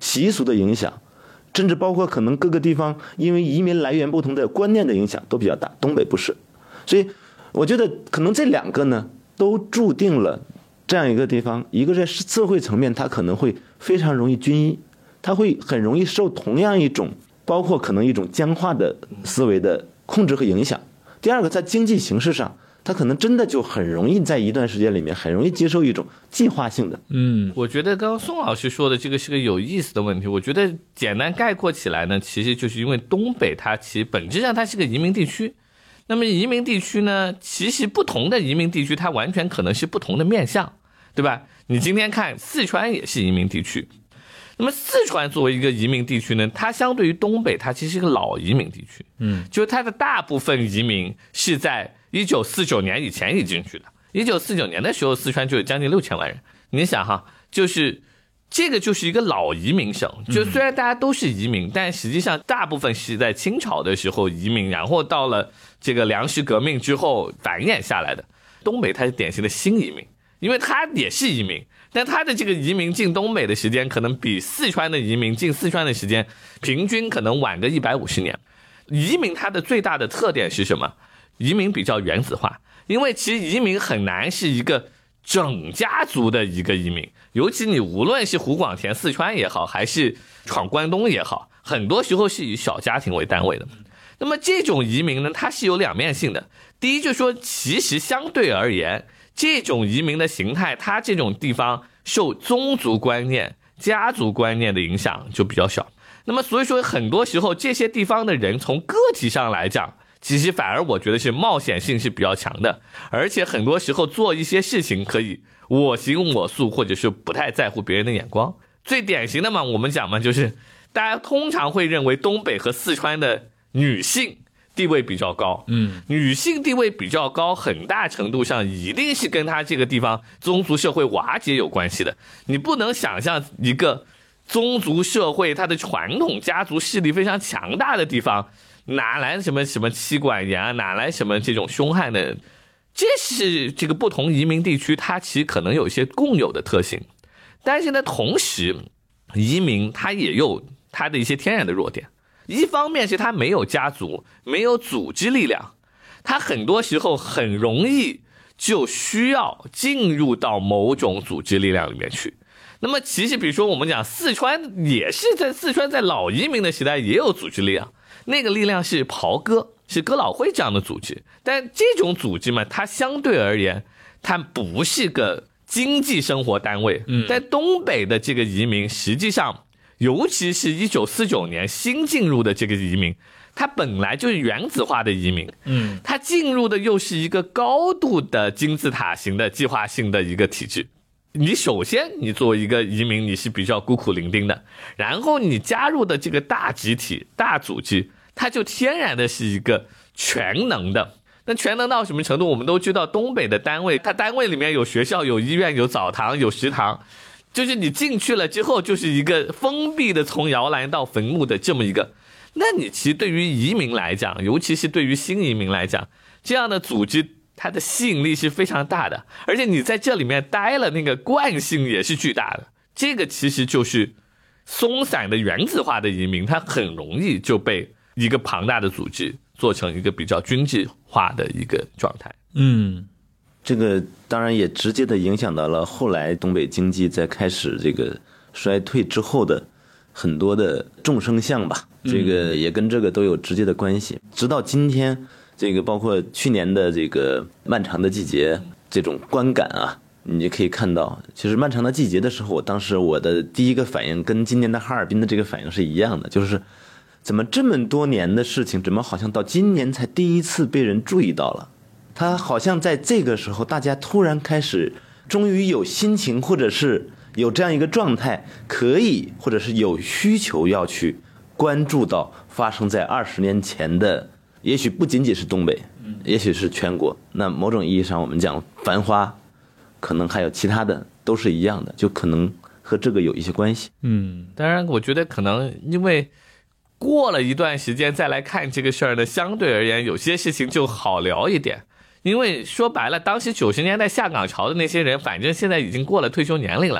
D: 习俗的影响，甚至包括可能各个地方因为移民来源不同的观念的影响都比较大，东北不是。所以我觉得可能这两个呢都注定了这样一个地方，一个在社会层面它可能会非常容易均一，它会很容易受同样一种包括可能一种僵化的思维的控制和影响。第二个，在经济形势上他可能真的就很容易在一段时间里面很容易接受一种计划性的。
C: 我觉得刚刚宋老师说的这个是个有意思的问题。我觉得简单概括起来呢，其实就是因为东北它其实本质上它是个移民地区。那么移民地区呢，其实不同的移民地区它完全可能是不同的面向，对吧？你今天看四川也是移民地区，那么四川作为一个移民地区呢，它相对于东北它其实是个老移民地区，就是它的大部分移民是在1949年以前移进去的。1949年的时候，四川就有将近6000万人。你想哈，就是这个就是一个老移民省，就虽然大家都是移民，但实际上大部分是在清朝的时候移民，然后到了这个粮食革命之后繁衍下来的。东北它是典型的新移民，因为它也是移民，但它的这个移民进东北的时间可能比四川的移民进四川的时间平均可能晚个150年。移民它的最大的特点是什么？移民比较原子化，因为其实移民很难是一个整家族的一个移民，尤其你无论是湖广填四川也好，还是闯关东也好，很多时候是以小家庭为单位的。那么这种移民呢，它是有两面性的。第一就是说，其实相对而言，这种移民的形态，它这种地方受宗族观念、家族观念的影响就比较小。那么所以说，很多时候这些地方的人从个体上来讲，其实反而我觉得是冒险性是比较强的，而且很多时候做一些事情可以我行我素，或者是不太在乎别人的眼光。最典型的嘛，我们讲嘛，就是大家通常会认为东北和四川的女性地位比较高，女性地位比较高，很大程度上一定是跟她这个地方宗族社会瓦解有关系的。你不能想象一个宗族社会它的传统家族势力非常强大的地方，哪来什么妻管严啊，哪来什么这种凶悍的？这是这个不同移民地区它其实可能有一些共有的特性，但是呢，同时移民它也有它的一些天然的弱点。一方面是它没有家族，没有组织力量，它很多时候很容易就需要进入到某种组织力量里面去。那么其实比如说我们讲四川也是在四川在老移民的时代也有组织力量，那个力量是袍哥，是哥老会这样的组织，但这种组织嘛，它相对而言它不是个经济生活单位。在东北的这个移民实际上尤其是1949年新进入的这个移民，它本来就是原子化的移民，它进入的又是一个高度的金字塔型的计划性的一个体制。你首先你作为一个移民你是比较孤苦伶仃的，然后你加入的这个大集体大组织，它就天然的是一个全能的。那全能到什么程度？我们都知道东北的单位，它单位里面有学校有医院有澡堂有食堂，就是你进去了之后就是一个封闭的从摇篮到坟墓的这么一个。那你其实对于移民来讲，尤其是对于新移民来讲，这样的组织它的吸引力是非常大的，而且你在这里面待了，那个惯性也是巨大的。这个其实就是松散的原子化的移民，它很容易就被一个庞大的组织做成一个比较军制化的一个状态。
D: 这个当然也直接的影响到了后来东北经济在开始这个衰退之后的很多的众生相吧，这个也跟这个都有直接的关系。直到今天，这个包括去年的这个漫长的季节这种观感啊，你就可以看到，其实漫长的季节的时候，当时我的第一个反应跟今年的哈尔滨的这个反应是一样的，就是怎么这么多年的事情，怎么好像到今年才第一次被人注意到了。他好像在这个时候，大家突然开始，终于有心情，或者是有这样一个状态，可以或者是有需求要去关注到发生在20年前的，也许不仅仅是东北，也许是全国。那某种意义上，我们讲繁花，可能还有其他的，都是一样的，就可能和这个有一些关系。
C: 当然，我觉得可能因为过了一段时间再来看这个事儿呢，相对而言有些事情就好聊一点。因为说白了，当时90年代下岗潮的那些人，反正现在已经过了退休年龄了，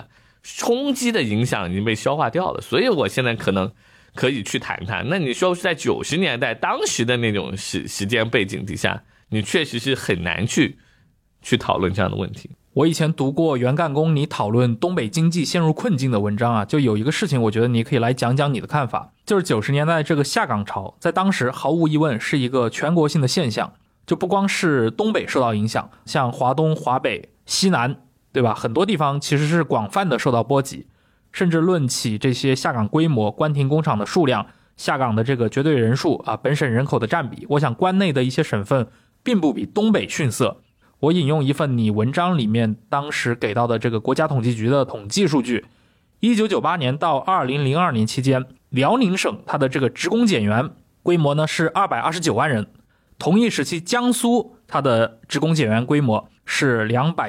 C: 冲击的影响已经被消化掉了，所以我现在可能可以去谈谈。那你说是在90年代当时的那种时间背景底下，你确实是很难去讨论这样的问题。
B: 我以前读过袁干公你讨论东北经济陷入困境的文章啊，就有一个事情我觉得你可以来讲讲你的看法，就是90年代这个下岗潮在当时毫无疑问是一个全国性的现象，就不光是东北受到影响，像华东、华北、西南，对吧？很多地方其实是广泛的受到波及，甚至论起这些下岗规模、关停工厂的数量、下岗的这个绝对人数啊，本省人口的占比，我想关内的一些省份并不比东北逊色。我引用一份你文章里面当时给到的这个国家统计局的统计数据，1998年到2002年期间，辽宁省它的这个职工减员规模呢是229万人，同一时期江苏它的职工减员规模是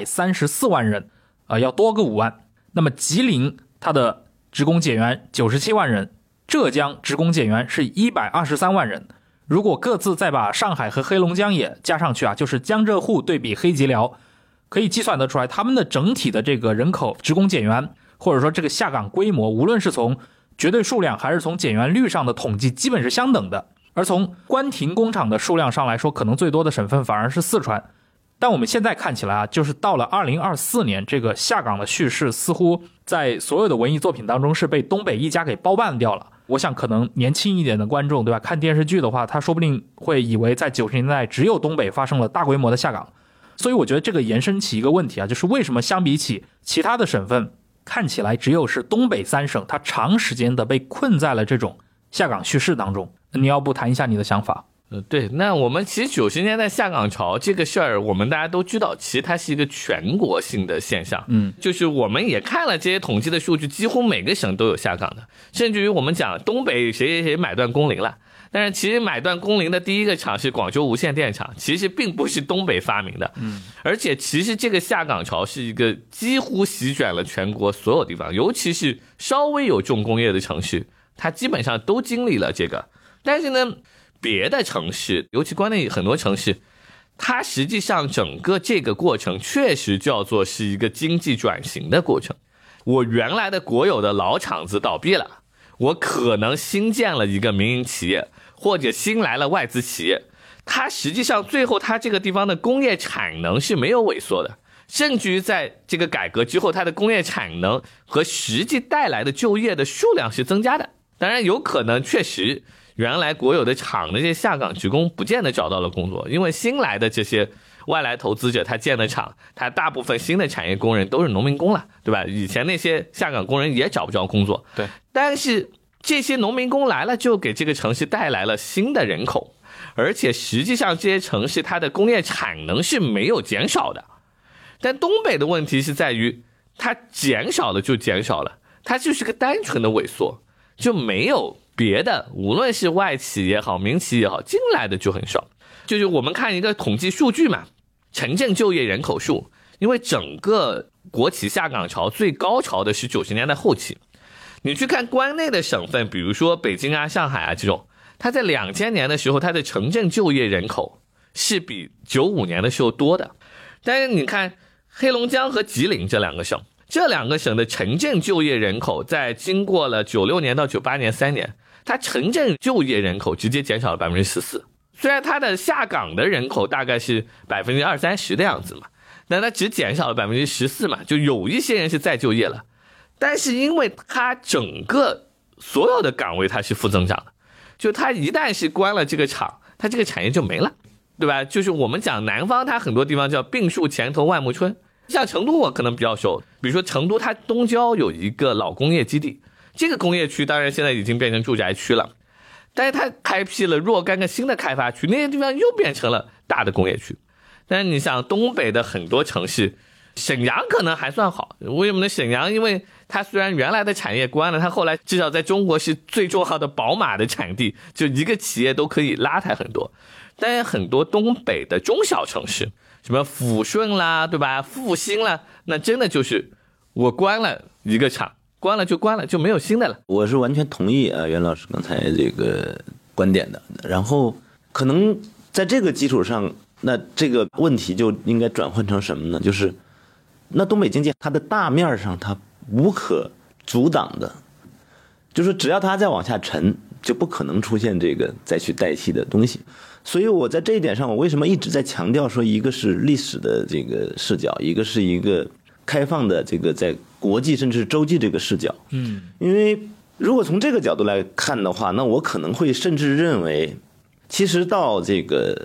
B: 234万人，要多个5万。那么吉林它的职工减员97万人，浙江职工减员是123万人。如果各自再把上海和黑龙江也加上去啊，就是江浙沪对比黑吉辽，可以计算得出来他们的整体的这个人口职工减员，或者说这个下岗规模，无论是从绝对数量还是从减员率上的统计基本是相等的。而从关停工厂的数量上来说，可能最多的省份反而是四川。但我们现在看起来啊，就是到了2024年，这个下岗的叙事似乎在所有的文艺作品当中是被东北一家给包办掉了。我想可能年轻一点的观众，对吧？看电视剧的话，他说不定会以为在90年代只有东北发生了大规模的下岗。所以我觉得这个延伸起一个问题啊，就是为什么相比起其他的省份，看起来只有是东北3省，它长时间的被困在了这种下岗叙事当中。你要不谈一下你的想法？
C: 对，那我们其实90年代下岗潮这个事儿，我们大家都知道，其实它是一个全国性的现象。就是我们也看了这些统计的数据，几乎每个省都有下岗的，甚至于我们讲东北谁买断工龄了，但是其实买断工龄的第一个厂是广州无线电厂，其实并不是东北发明的。而且其实这个下岗潮是一个几乎席卷了全国所有地方，尤其是稍微有重工业的城市，它基本上都经历了这个。但是呢，别的城市，尤其关内很多城市，它实际上整个这个过程确实叫做是一个经济转型的过程。我原来的国有的老厂子倒闭了，我可能新建了一个民营企业，或者新来了外资企业，它实际上最后它这个地方的工业产能是没有萎缩的，甚至于在这个改革之后，它的工业产能和实际带来的就业的数量是增加的。当然有可能确实原来国有的厂的这些下岗职工不见得找到了工作，因为新来的这些外来投资者他建的厂，他大部分新的产业工人都是农民工了，对吧？以前那些下岗工人也找不着工作，
B: 对。
C: 但是这些农民工来了，就给这个城市带来了新的人口，而且实际上这些城市它的工业产能是没有减少的。但东北的问题是在于，它减少了就减少了，它就是个单纯的萎缩，就没有别的，无论是外企也好，民企也好，进来的就很少。就是我们看一个统计数据嘛，城镇就业人口数，因为整个国企下岗潮最高潮的是90年代后期。你去看关内的省份，比如说北京啊、上海啊这种，它在2000年的时候，它的城镇就业人口是比95年的时候多的。但是你看黑龙江和吉林这两个省，这两个省的城镇就业人口在经过了96年到98年3年，它城镇就业人口直接减少了14%。虽然它的下岗的人口大概是20-30%的样子嘛，但它只减少了14%嘛，就有一些人是再就业了。但是因为它整个所有的岗位它是负增长的，就它一旦是关了这个厂，它这个产业就没了，对吧？就是我们讲南方，它很多地方叫病树前头万木春，像成都我可能比较熟，比如说成都它东郊有一个老工业基地，这个工业区当然现在已经变成住宅区了，但是它开辟了若干个新的开发区，那些地方又变成了大的工业区。但是你想东北的很多城市，沈阳可能还算好，为什么呢？沈阳因为它虽然原来的产业关了，它后来至少在中国是最重要的宝马的产地，就一个企业都可以拉抬很多。但是很多东北的中小城市，什么抚顺啦，对吧？复兴啦，那真的就是我关了一个厂，关了就关了，就没有新的了。
D: 我是完全同意袁老师刚才这个观点的。然后可能在这个基础上，那这个问题就应该转换成什么呢？就是那东北经济它的大面上它无可阻挡的，就是只要它再往下沉，就不可能出现这个再去代替的东西。所以我在这一点上，我为什么一直在强调说，一个是历史的这个视角，一个是一个开放的这个在国际甚至是洲际这个视角。因为如果从这个角度来看的话，那我可能会甚至认为，其实到这个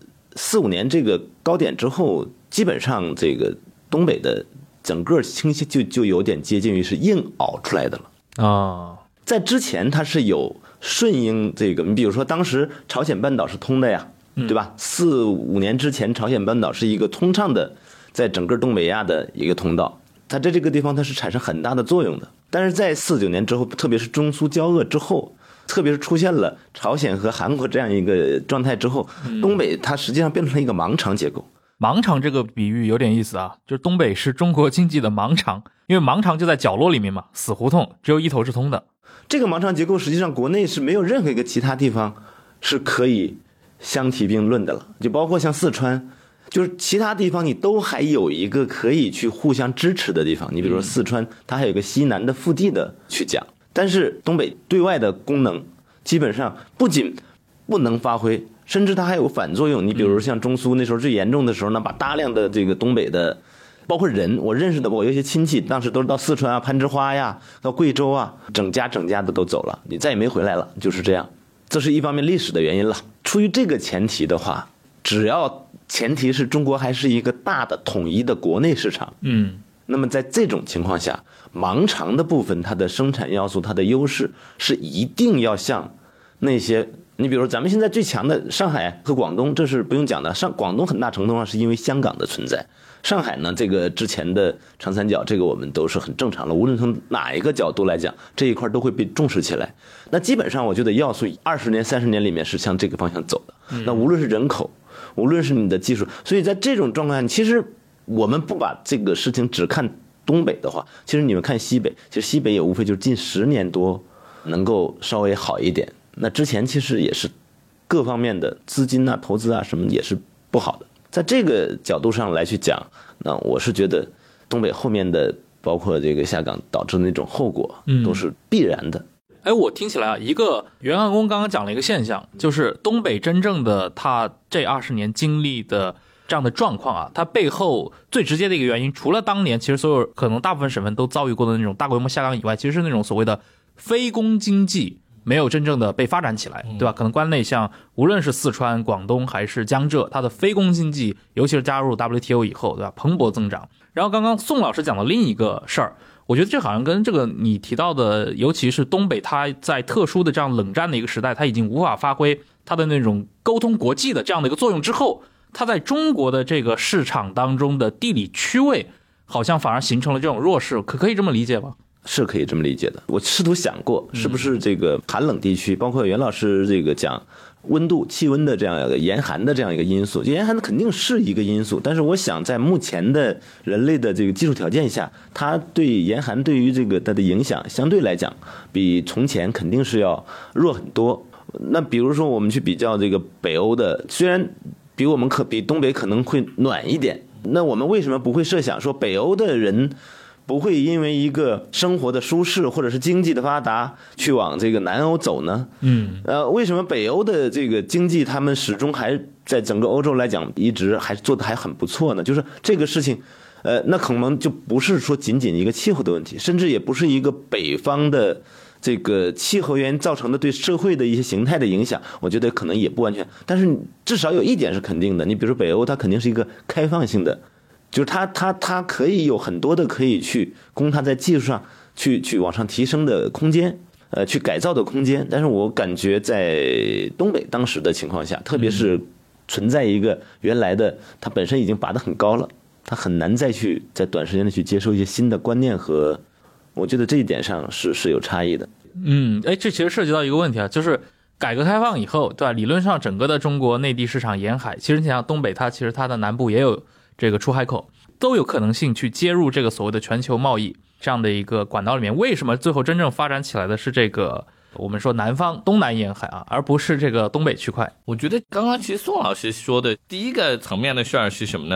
D: 4-5年这个高点之后，基本上这个东北的整个倾斜就有点接近于是硬熬出来的了。在之前它是有顺应这个，你比如说当时朝鲜半岛是通的呀，对吧？4-5年之前，朝鲜半岛是一个通畅的，在整个东北亚的一个通道，它在这个地方它是产生很大的作用的。但是在49年之后，特别是中苏交恶之后，特别是出现了朝鲜和韩国这样一个状态之后，东北它实际上变成了一个盲肠结构。
B: 盲肠这个比喻有点意思啊，就是东北是中国经济的盲肠，因为盲肠就在角落里面嘛，死胡同，只有一头是通的。
D: 这个盲肠结构实际上国内是没有任何一个其他地方是可以相提并论的了，就包括像四川，就是其他地方你都还有一个可以去互相支持的地方。你比如说四川，它还有一个西南的腹地的去讲，但是东北对外的功能基本上不仅不能发挥，甚至它还有反作用。你比如像中苏那时候最严重的时候呢，把大量的这个东北的包括人，我认识的，我有些亲戚当时都是到四川啊、攀枝花呀、到贵州啊，整家的都走了，你再也没回来了，就是这样。这是一方面历史的原因了。出于这个前提的话，只要前提是中国还是一个大的统一的国内市场，那么在这种情况下，盲肠的部分它的生产要素、它的优势是一定要像那些，你比如咱们现在最强的上海和广东，这是不用讲的。广东很大程度上是因为香港的存在，上海呢，这个之前的长三角，这个我们都是很正常的。无论从哪一个角度来讲，这一块都会被重视起来。那基本上我觉得要素20年、30年里面是向这个方向走的。那无论是人口，无论是你的技术，所以在这种状况下，其实我们不把这个事情只看东北的话，其实你们看西北，其实西北也无非就是近10年多能够稍微好一点。那之前其实也是各方面的资金啊、投资啊什么也是不好的。在这个角度上来去讲，那我是觉得东北后面的包括这个下岗导致的那种后果都是必然的。
B: 我听起来啊，一个袁汉公刚刚讲了一个现象，就是东北真正的他这20年经历的这样的状况啊，它背后最直接的一个原因，除了当年其实所有可能大部分省份都遭遇过的那种大规模下岗以外，其实是那种所谓的非公经济没有真正的被发展起来，对吧？可能关内像无论是四川、广东还是江浙，它的非公经济，尤其是加入 WTO 以后，对吧？蓬勃增长。然后刚刚宋老师讲的另一个事儿，我觉得这好像跟这个你提到的，尤其是东北，它在特殊的这样冷战的一个时代，它已经无法发挥它的那种沟通国际的这样的一个作用之后，它在中国的这个市场当中的地理区位，好像反而形成了这种弱势，可以这么理解吗？
D: 是可以这么理解的。我试图想过，是不是这个寒冷地区，包括袁老师这个讲温度、气温的这样一个严寒的这样一个因素，严寒肯定是一个因素，但是我想在目前的人类的这个技术条件下，它对严寒对于这个它的影响相对来讲比从前肯定是要弱很多。那比如说我们去比较这个北欧的，虽然比我们比东北可能会暖一点，那我们为什么不会设想说北欧的人不会因为一个生活的舒适或者是经济的发达去往这个南欧走呢？为什么北欧的这个经济他们始终还在整个欧洲来讲一直还做的还很不错呢？就是这个事情，那可能就不是说仅仅一个气候的问题，甚至也不是一个北方的这个气候原因造成的对社会的一些形态的影响，我觉得可能也不完全。但是至少有一点是肯定的，你比如说北欧，它肯定是一个开放性的。就是它可以有很多的可以去供它在技术上去往上提升的空间，去改造的空间。但是我感觉在东北当时的情况下，特别是存在一个原来的它本身已经拔得很高了，它很难再去在短时间内去接受一些新的观念和，我觉得这一点上是有差异的。
B: 这其实涉及到一个问题啊，就是改革开放以后，对吧？理论上整个的中国内地市场沿海，其实你想东北它其实它的南部也有这个出海口，都有可能性去接入这个所谓的全球贸易这样的一个管道里面。为什么最后真正发展起来的是这个我们说南方东南沿海啊，而不是这个东北区块？
C: 我觉得刚刚其实宋老师说的第一个层面的事儿是什么呢？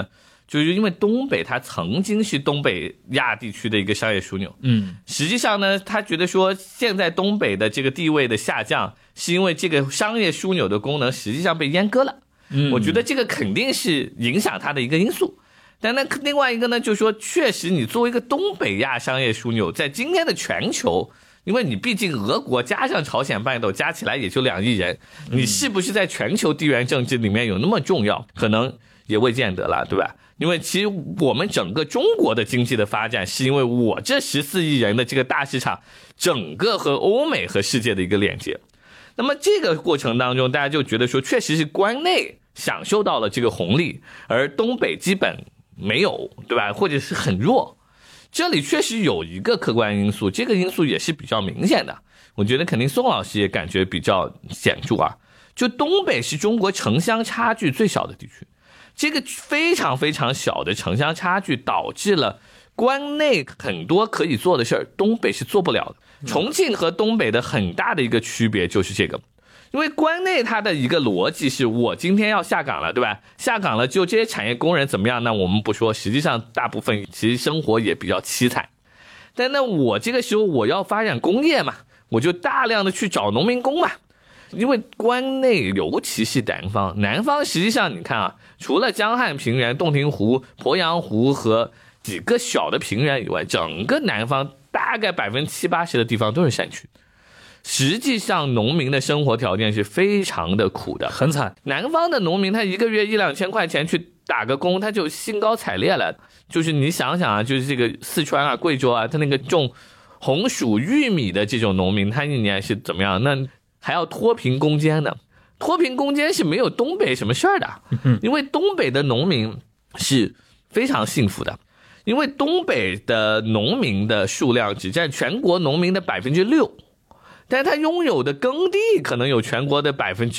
C: 就是因为东北它曾经是东北亚地区的一个商业枢纽，实际上呢，他觉得说现在东北的这个地位的下降，是因为这个商业枢纽的功能实际上被阉割了，我觉得这个肯定是影响它的一个因素。但那另外一个呢，就是说确实你作为一个东北亚商业枢纽，在今天的全球，因为你毕竟俄国加上朝鲜半岛加起来也就2亿人，你是不是在全球地缘政治里面有那么重要，可能也未见得了，对吧？因为其实我们整个中国的经济的发展，是因为我这14亿人的这个大市场，整个和欧美和世界的一个连接。那么这个过程当中，大家就觉得说，确实是关内享受到了这个红利，而东北基本没有，对吧？或者是很弱。这里确实有一个客观因素，这个因素也是比较明显的，我觉得肯定宋老师也感觉比较显著啊。就东北是中国城乡差距最小的地区，这个非常非常小的城乡差距导致了关内很多可以做的事儿，东北是做不了的。重庆和东北的很大的一个区别就是这个，因为关内它的一个逻辑是我今天要下岗了，对吧？下岗了就这些产业工人怎么样？那我们不说，实际上大部分其实生活也比较凄惨。但那我这个时候我要发展工业嘛，我就大量的去找农民工嘛。因为关内尤其是南方实际上你看啊，除了江汉平原、洞庭湖、鄱阳湖和几个小的平原以外，整个南方大概70-80%的地方都是山区。实际上农民的生活条件是非常的苦的，
B: 很惨。
C: 南方的农民他一个月1-2千块钱去打个工，他就兴高采烈了。就是你想想啊，就是这个四川啊、贵州啊，他那个种红薯、玉米的这种农民，他一年是怎么样？那还要脱贫攻坚的，脱贫攻坚是没有东北什么事儿的，因为东北的农民是非常幸福的，因为东北的农民的数量只占全国农民的6%，但是他拥有的耕地可能有全国的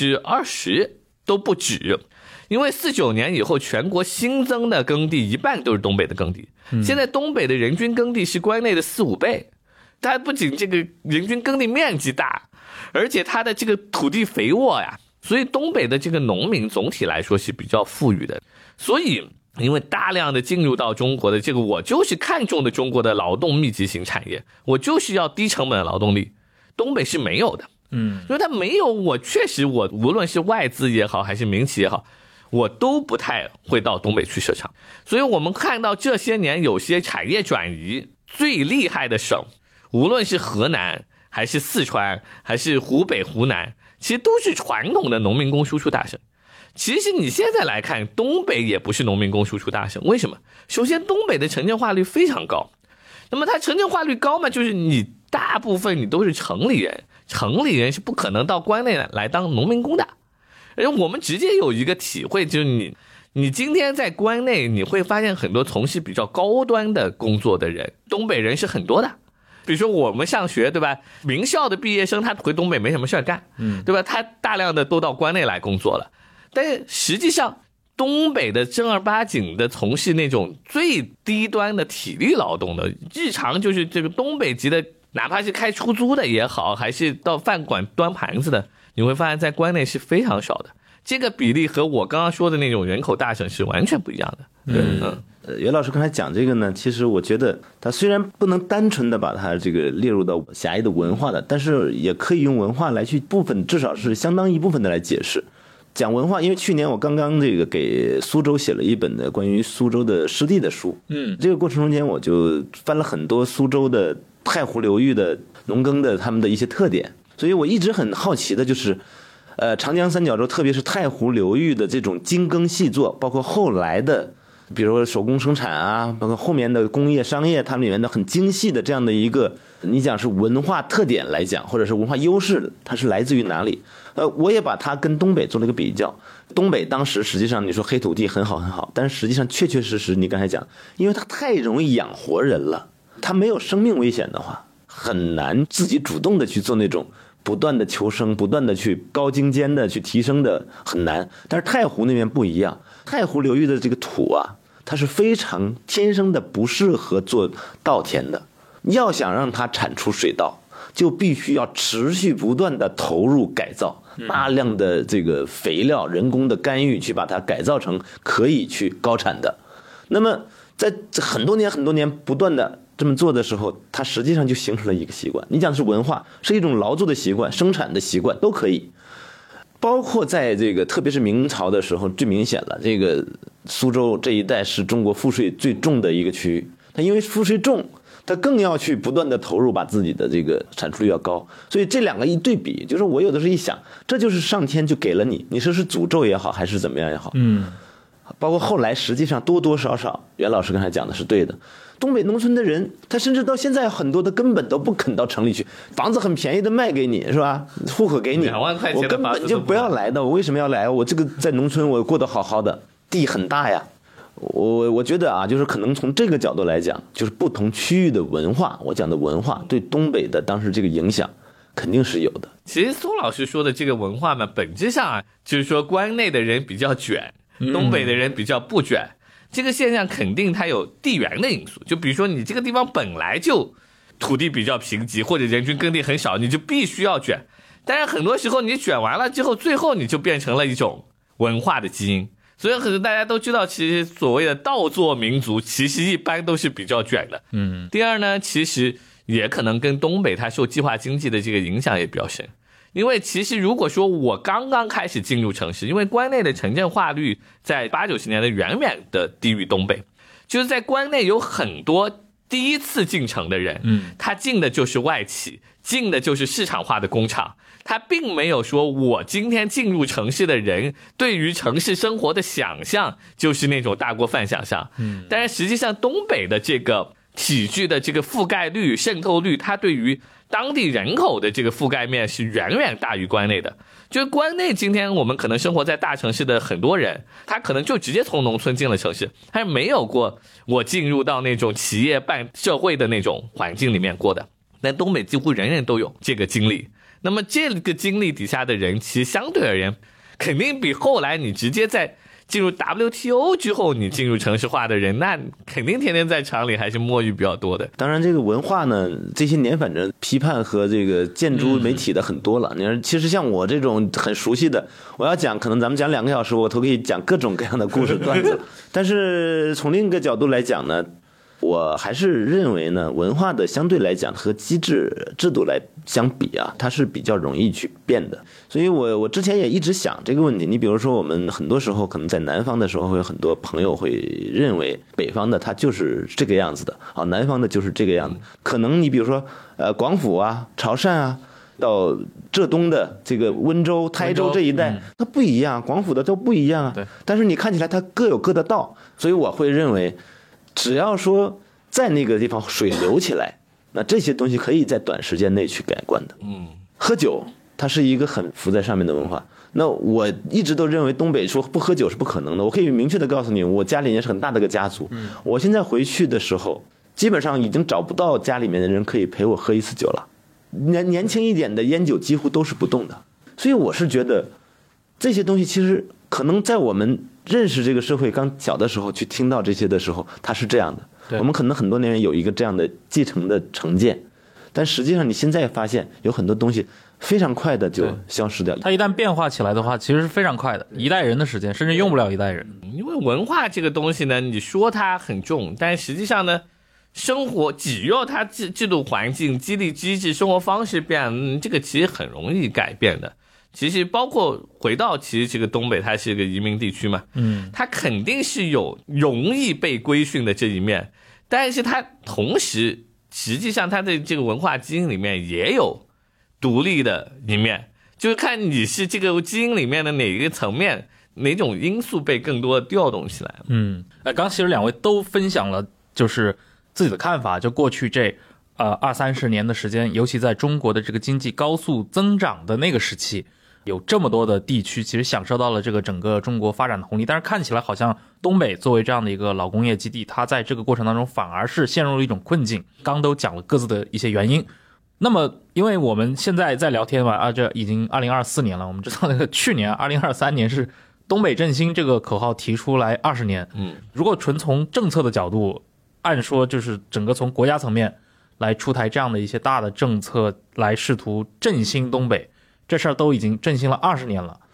C: 20%都不止，因为49年以后全国新增的耕地一半都是东北的耕地，现在东北的人均耕地是关内的4-5倍，它不仅这个人均耕地面积大，而且它的这个土地肥沃呀，所以东北的这个农民总体来说是比较富裕的。所以因为大量的进入到中国的这个，我就是看中的中国的劳动密集型产业，我就是要低成本的劳动力，东北是没有的。因为它没有，我确实我无论是外资也好还是民企也好，我都不太会到东北去设厂。所以我们看到这些年有些产业转移最厉害的省，无论是河南还是四川还是湖北湖南，其实都是传统的农民工输出大省。其实你现在来看，东北也不是农民工输出大省，为什么？首先东北的城镇化率非常高，那么它城镇化率高嘛，就是你大部分你都是城里人，城里人是不可能到关内来当农民工的。而我们直接有一个体会，就是你今天在关内，你会发现很多从事比较高端的工作的人，东北人是很多的。比如说我们上学，对吧？名校的毕业生他回东北没什么事干，对吧？他大量的都到关内来工作了。但是实际上东北的正儿八经的从事那种最低端的体力劳动的，日常就是这个东北籍的，哪怕是开出租的也好，还是到饭馆端盘子的，你会发现在关内是非常少的。这个比例和我刚刚说的那种人口大省是完全不一样的。
D: 袁老师刚才讲这个呢，其实我觉得他虽然不能单纯的把它这个列入到狭义的文化的，但是也可以用文化来去部分，至少是相当一部分的来解释。讲文化，因为去年我刚刚这个给苏州写了一本的关于苏州的湿地的书，这个过程中间我就翻了很多苏州的太湖流域的农耕的他们的一些特点，所以我一直很好奇的就是，长江三角洲特别是太湖流域的这种精耕细作，包括后来的比如说手工生产啊，包括后面的工业商业，它们里面的很精细的这样的一个，你讲是文化特点来讲，或者是文化优势，它是来自于哪里？我也把它跟东北做了一个比较。东北当时实际上你说黑土地很好很好，但是实际上确确实实你刚才讲，因为它太容易养活人了，它没有生命危险的话，很难自己主动的去做那种不断的求生，不断的去高精尖的去提升的，很难。但是太湖那边不一样，太湖流域的这个土啊，它是非常天生的不适合做稻田的，要想让它产出水稻，就必须要持续不断的投入改造，大量的这个肥料人工的干预去把它改造成可以去高产的。 那么在很多年不断的这么做的时候，它实际上就形成了一个习惯。你讲的是文化，是一种劳作的习惯、生产的习惯都可以。包括在这个特别是明朝的时候最明显了，这个苏州这一带是中国赋税最重的一个区域，它因为赋税重，它更要去不断的投入，把自己的这个产出率要高，所以这两个一对比，就是我有的时候一想，这就是上天就给了你，你说是诅咒也好，还是怎么样也好，包括后来实际上多多少少，袁老师刚才讲的是对的，东北农村的人，他甚至到现在很多的根本都不肯到城里去，房子很便宜的卖给你，是吧？户口给你
C: 2万块钱
D: 我根本就不要来的，我为什么要来？我这个在农村我过得好好的，地很大呀。我觉得啊，就是可能从这个角度来讲，就是不同区域的文化，我讲的文化对东北的当时这个影响肯定是有的。
C: 其实苏老师说的这个文化嘛，本质上啊，就是说关内的人比较卷，东北的人比较不卷。这个现象肯定它有地缘的因素，就比如说你这个地方本来就土地比较贫瘠，或者人均耕地很少，你就必须要卷。但是很多时候你卷完了之后，最后你就变成了一种文化的基因。所以可能大家都知道，其实所谓的稻作民族其实一般都是比较卷的。第二呢，其实也可能跟东北它受计划经济的这个影响也比较深。因为其实如果说我刚刚开始进入城市，因为关内的城镇化率在80、90年的远远的低于东北，就是在关内有很多第一次进城的人，他进的就是外企，进的就是市场化的工厂，他并没有说我今天进入城市的人对于城市生活的想象就是那种大锅饭想象。但是实际上东北的这个体制的这个覆盖率、渗透率，它对于当地人口的这个覆盖面是远远大于关内的。就是关内今天我们可能生活在大城市的很多人，他可能就直接从农村进了城市，他是没有过我进入到那种企业办社会的那种环境里面过的。但东北几乎人人都有这个经历，那么这个经历底下的人，其实相对而言肯定比后来你直接在进入 WTO 之后你进入城市化的人，那肯定天天在厂里还是摸鱼比较多的。
D: 当然这个文化呢，这些年反正批判和这个建筑媒体的很多了。你看，其实像我这种很熟悉的，我要讲可能咱们讲2个小时，我都可以讲各种各样的故事段子。但是从另一个角度来讲呢，我还是认为呢，文化的相对来讲和机制制度来相比啊，它是比较容易去变的。所以我之前也一直想这个问题。你比如说，我们很多时候可能在南方的时候，会有很多朋友会认为北方的它就是这个样子的啊，南方的就是这个样子。可能你比如说广府啊、潮汕啊，到浙东的这个温州、台州这一带，它不一样，广府的都不一样啊。但是你看起来它各有各的道，所以我会认为，只要说在那个地方水流起来，那这些东西可以在短时间内去改观的。喝酒它是一个很浮在上面的文化，那我一直都认为东北说不喝酒是不可能的。我可以明确的告诉你，我家里也是很大的一个家族，我现在回去的时候基本上已经找不到家里面的人可以陪我喝一次酒了，年轻一点的烟酒几乎都是不动的。所以我是觉得这些东西其实可能在我们认识这个社会刚小的时候去听到这些的时候，它是这样的，我们可能很多年有一个这样的继承的成见，但实际上你现在发现有很多东西非常快的就消失掉。
B: 它一旦变化起来的话，其实是非常快的，一代人的时间，甚至用不了一代人。
C: 因为文化这个东西呢，你说它很重，但实际上呢，生活只要它制度环境、激励机制、生活方式变，这个其实很容易改变的。其实包括回到其实这个东北，它是一个移民地区嘛，它肯定是有容易被规训的这一面，但是它同时实际上它的这个文化基因里面也有独立的一面，就是看你是这个基因里面的哪一个层面，哪种因素被更多的调动起来。
B: 刚其实2位都分享了就是自己的看法，就过去这20-30年的时间，尤其在中国的这个经济高速增长的那个时期，有这么多的地区其实享受到了这个整个中国发展的红利，但是看起来好像东北作为这样的一个老工业基地，它在这个过程当中反而是陷入了一种困境。刚都讲了各自的一些原因。那么因为我们现在在聊天嘛，这已经2024年了，我们知道那个去年2023年是东北振兴这个口号提出来20年。如果纯从政策的角度，按说就是整个从国家层面来出台这样的一些大的政策来试图振兴东北，这事儿都已经振兴了20年了。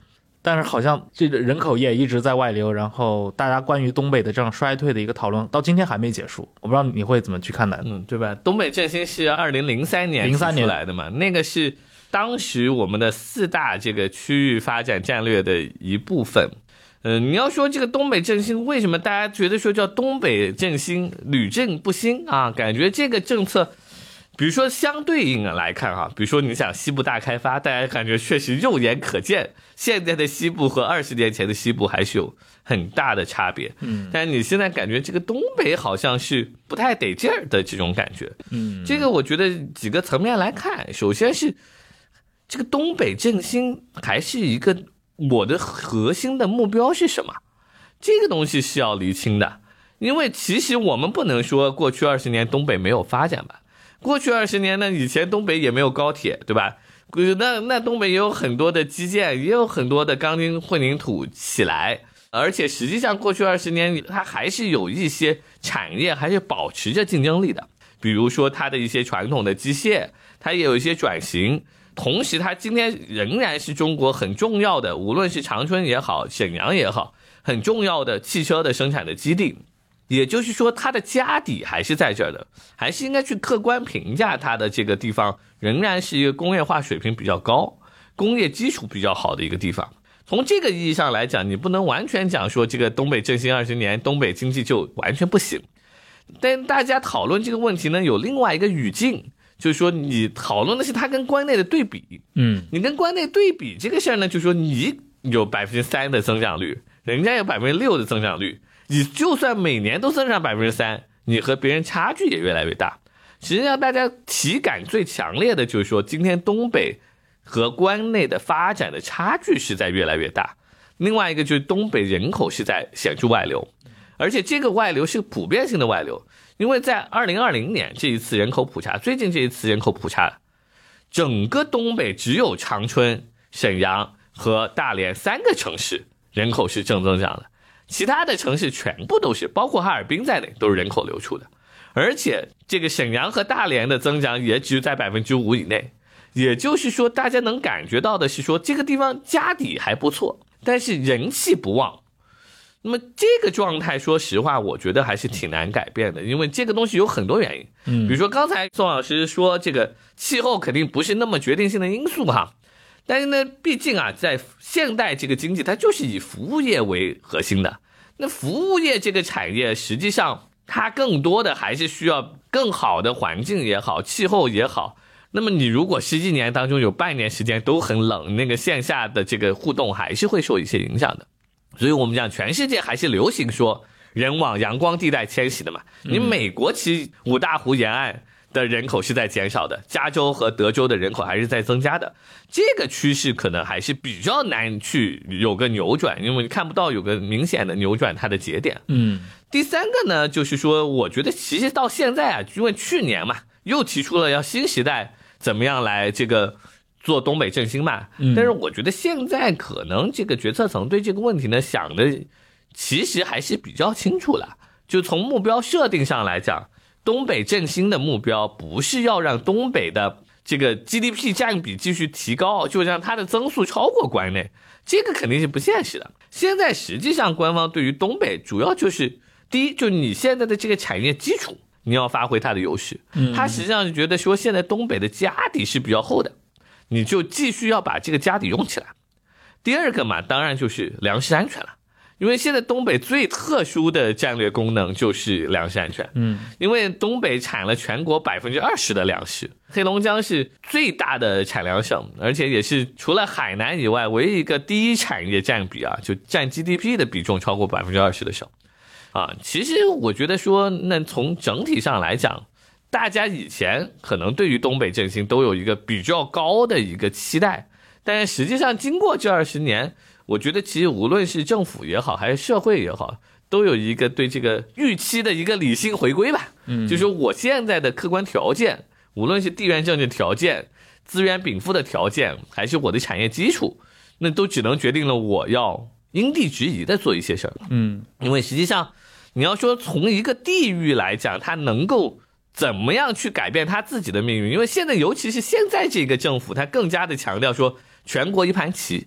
B: 但是好像这个人口也一直在外流，然后大家关于东北的这样衰退的一个讨论到今天还没结束，我不知道你会怎么去看待。
C: 对吧？东北振兴是2003年提出来的嘛，那个是当时我们的4大这个区域发展战略的一部分。你要说这个东北振兴，为什么大家觉得说叫东北振兴屡振不兴啊？感觉这个政策，比如说相对应的来看比如说你想西部大开发，大家感觉确实肉眼可见，现在的西部和20年前的西部还是有很大的差别。但是你现在感觉这个东北好像是不太得劲儿的这种感觉。这个我觉得几个层面来看，首先是这个东北振兴还是一个我的核心的目标是什么？这个东西是要厘清的，因为其实我们不能说过去20年东北没有发展吧。过去20年呢，以前东北也没有高铁，对吧？那东北也有很多的基建，也有很多的钢筋混凝土起来，而且实际上过去20年它还是有一些产业还是保持着竞争力的，比如说它的一些传统的机械，它也有一些转型。同时它今天仍然是中国很重要的，无论是长春也好，沈阳也好，很重要的汽车的生产的基地。也就是说它的家底还是在这儿的，还是应该去客观评价它的这个地方仍然是一个工业化水平比较高，工业基础比较好的一个地方。从这个意义上来讲，你不能完全讲说这个东北振兴20年东北经济就完全不行。但大家讨论这个问题呢，有另外一个语境，就是说你讨论的是它跟关内的对比。你跟关内对比这个事儿呢，就是说你有 3% 的增长率，人家有 6% 的增长率，你就算每年都增长 3%， 你和别人差距也越来越大。实际上大家体感最强烈的就是说，今天东北和关内的发展的差距是在越来越大。另外一个就是东北人口是在显著外流，而且这个外流是普遍性的外流。因为在2020年这一次人口普查，最近这一次人口普查，整个东北只有长春、沈阳和大连3个城市人口是正增长的，其他的城市全部都是，包括哈尔滨在内，都是人口流出的。而且这个沈阳和大连的增长也只在 5% 以内，也就是说大家能感觉到的是说这个地方家底还不错，但是人气不旺。那么这个状态说实话我觉得还是挺难改变的，因为这个东西有很多原因。比如说刚才宋老师说这个气候肯定不是那么决定性的因素但是呢毕竟在现代这个经济它就是以服务业为核心的，那服务业这个产业实际上它更多的还是需要更好的环境也好，气候也好。那么你如果11年当中有半年时间都很冷，那个线下的这个互动还是会受一些影响的。所以我们讲全世界还是流行说人往阳光地带迁徙的嘛。你美国其实五大湖沿岸的人口是在减少的，加州和德州的人口还是在增加的，这个趋势可能还是比较难去有个扭转，因为你看不到有个明显的扭转它的节点。第三个呢，就是说我觉得其实到现在因为去年嘛又提出了要新时代怎么样来这个做东北振兴嘛，但是我觉得现在可能这个决策层对这个问题呢想的其实还是比较清楚了。就从目标设定上来讲，东北振兴的目标不是要让东北的这个 GDP 占比继续提高，就让它的增速超过关内，这个肯定是不现实的。现在实际上官方对于东北主要就是第一，就你现在的这个产业基础你要发挥它的优势，他实际上是觉得说现在东北的家底是比较厚的，你就继续要把这个家底用起来。第二个嘛，当然就是粮食安全了，因为现在东北最特殊的战略功能就是粮食安全。因为东北产了全国 20% 的粮食，黑龙江是最大的产粮省，而且也是除了海南以外唯一一个第一产业占比就占 GDP 的比重超过 20% 的省。其实我觉得说，那从整体上来讲，大家以前可能对于东北振兴都有一个比较高的一个期待，但是实际上经过这20年，我觉得其实无论是政府也好还是社会也好，都有一个对这个预期的一个理性回归吧。就是我现在的客观条件，无论是地缘政治条件、资源禀赋的条件，还是我的产业基础，那都只能决定了我要因地制宜的做一些事儿。因为实际上你要说从一个地域来讲，它能够怎么样去改变他自己的命运，因为现在尤其是现在这个政府，他更加的强调说全国一盘棋，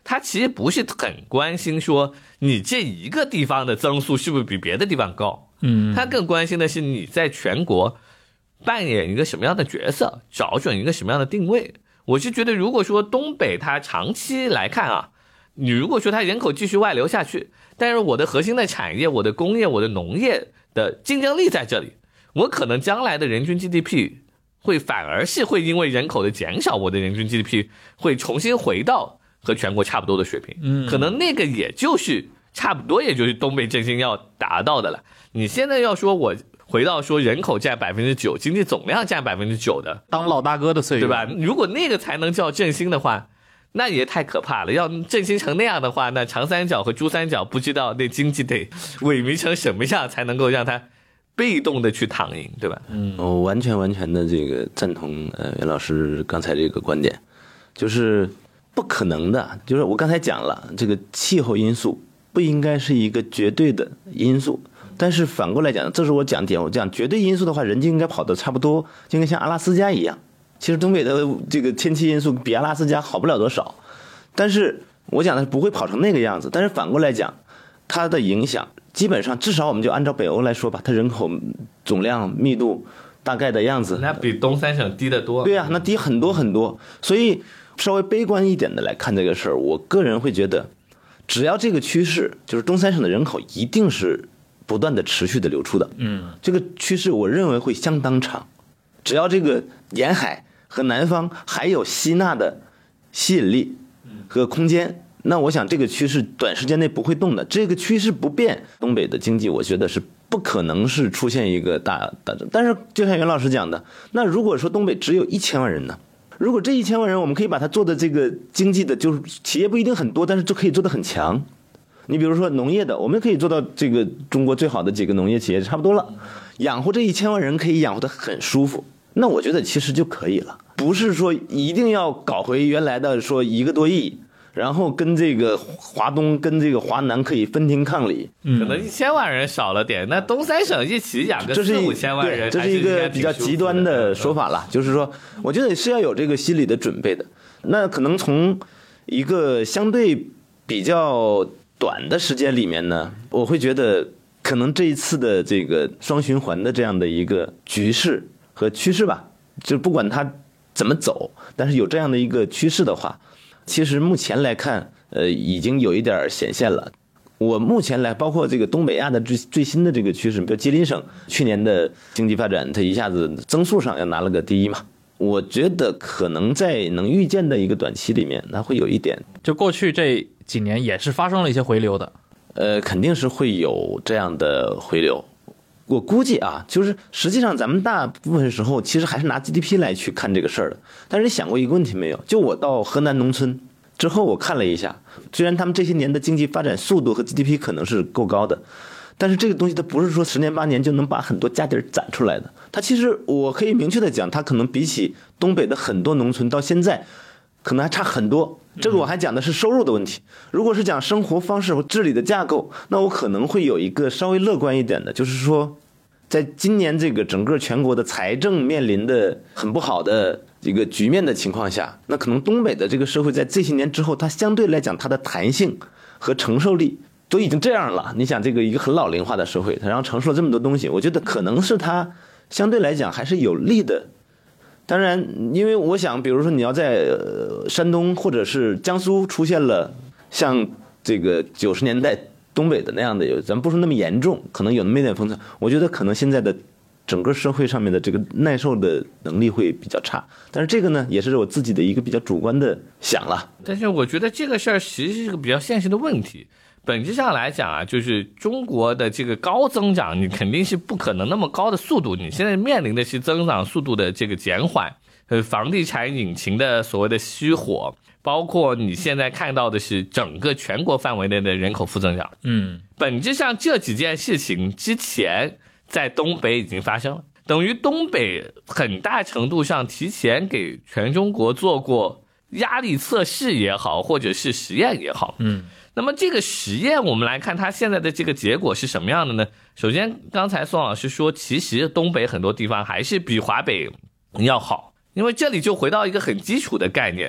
C: 他其实不是很关心说你这一个地方的增速是不是比别的地方高，他更关心的是你在全国扮演一个什么样的角色，找准一个什么样的定位。我是觉得如果说东北它长期来看啊，你如果说它人口继续外流下去，但是我的核心的产业，我的工业，我的农业的竞争力在这里，我可能将来的人均 GDP 会反而是会因为人口的减少，我的人均 GDP 会重新回到和全国差不多的水平，可能那个也就是差不多，也就是东北振兴要达到的了。你现在要说我回到说人口占 9%， 经济总量占 9% 的
B: 当老大哥的岁月，
C: 对吧？如果那个才能叫振兴的话，那也太可怕了。要振兴成那样的话，那长三角和珠三角不知道那经济得萎靡成什么样才能够让它被动的去躺赢，对吧？
D: 我完全的这个赞同袁老师刚才这个观点，就是不可能的，就是我刚才讲了，这个气候因素不应该是一个绝对的因素。但是反过来讲，这是我讲点，我讲绝对因素的话，人就应该跑得差不多，就应该像阿拉斯加一样。其实东北的这个天气因素比阿拉斯加好不了多少，但是我讲的是不会跑成那个样子。但是反过来讲，它的影响基本上至少我们就按照北欧来说吧，它人口总量密度大概的样子，
C: 那比东三省低得多。
D: 对啊，那低很多很多。所以稍微悲观一点的来看这个事儿，我个人会觉得，只要这个趋势，就是东三省的人口一定是不断的持续的流出的，这个趋势我认为会相当长。只要这个沿海和南方还有吸纳的吸引力和空间，那我想这个趋势短时间内不会动的。这个趋势不变，东北的经济我觉得是不可能是出现一个大。但是就像袁老师讲的，那如果说东北只有1000万人呢？如果这1000万人我们可以把它做的这个经济的，就是企业不一定很多，但是就可以做得很强。你比如说农业的，我们可以做到这个中国最好的几个农业企业差不多了，养活这1000万人可以养活得很舒服，那我觉得其实就可以了，不是说一定要搞回原来的说1个多亿，然后跟这个华东跟这个华南可以分庭抗礼。
C: 可能1000万人少了点，那东三省一起养个4-5千万人，
D: 这是一个比较极端的说法了。就是说，我觉得是要有这个心理的准备的。那可能从一个相对比较短的时间里面呢，我会觉得可能这一次的这个双循环的这样的一个局势和趋势吧，就不管它怎么走，但是有这样的一个趋势的话，其实目前来看，已经有一点显现了。我目前来，包括这个东北亚的最新的这个趋势，比如吉林省去年的经济发展，它一下子增速上要拿了个第1嘛。我觉得可能在能预见的一个短期里面，它会有一点。
B: 就过去这几年也是发生了一些回流的，
D: 肯定是会有这样的回流。我估计啊，就是实际上咱们大部分时候其实还是拿 GDP 来去看这个事儿的。但是你想过一个问题没有？就我到河南农村之后，我看了一下，虽然他们这些年的经济发展速度和 GDP 可能是够高的，但是这个东西它不是说10年8年就能把很多家底儿攒出来的。它其实我可以明确的讲，它可能比起东北的很多农村到现在可能还差很多。这个我还讲的是收入的问题。如果是讲生活方式和治理的架构，那我可能会有一个稍微乐观一点的，就是说在今年这个整个全国的财政面临的很不好的这个局面的情况下，那可能东北的这个社会在这些年之后，它相对来讲它的弹性和承受力都已经这样了。你想这个一个很老龄化的社会，它然后承受了这么多东西，我觉得可能是它相对来讲还是有利的。当然，因为我想，比如说你要在山东或者是江苏出现了像这个90年代东北的那样的，咱不说那么严重，可能有那么一点风尘，我觉得可能现在的整个社会上面的这个耐受的能力会比较差。但是这个呢，也是我自己的一个比较主观的想了。
C: 但是我觉得这个事儿其实是一个比较现实的问题。本质上来讲啊，就是中国的这个高增长，你肯定是不可能那么高的速度。你现在面临的是增长速度的这个减缓，房地产引擎的所谓的熄火，包括你现在看到的是整个全国范围内的人口负增长。本质上这几件事情之前在东北已经发生了，等于东北很大程度上提前给全中国做过压力测试也好，或者是实验也好。那么这个实验我们来看它现在的这个结果是什么样的呢？首先刚才宋老师说，其实东北很多地方还是比华北要好，因为这里就回到一个很基础的概念，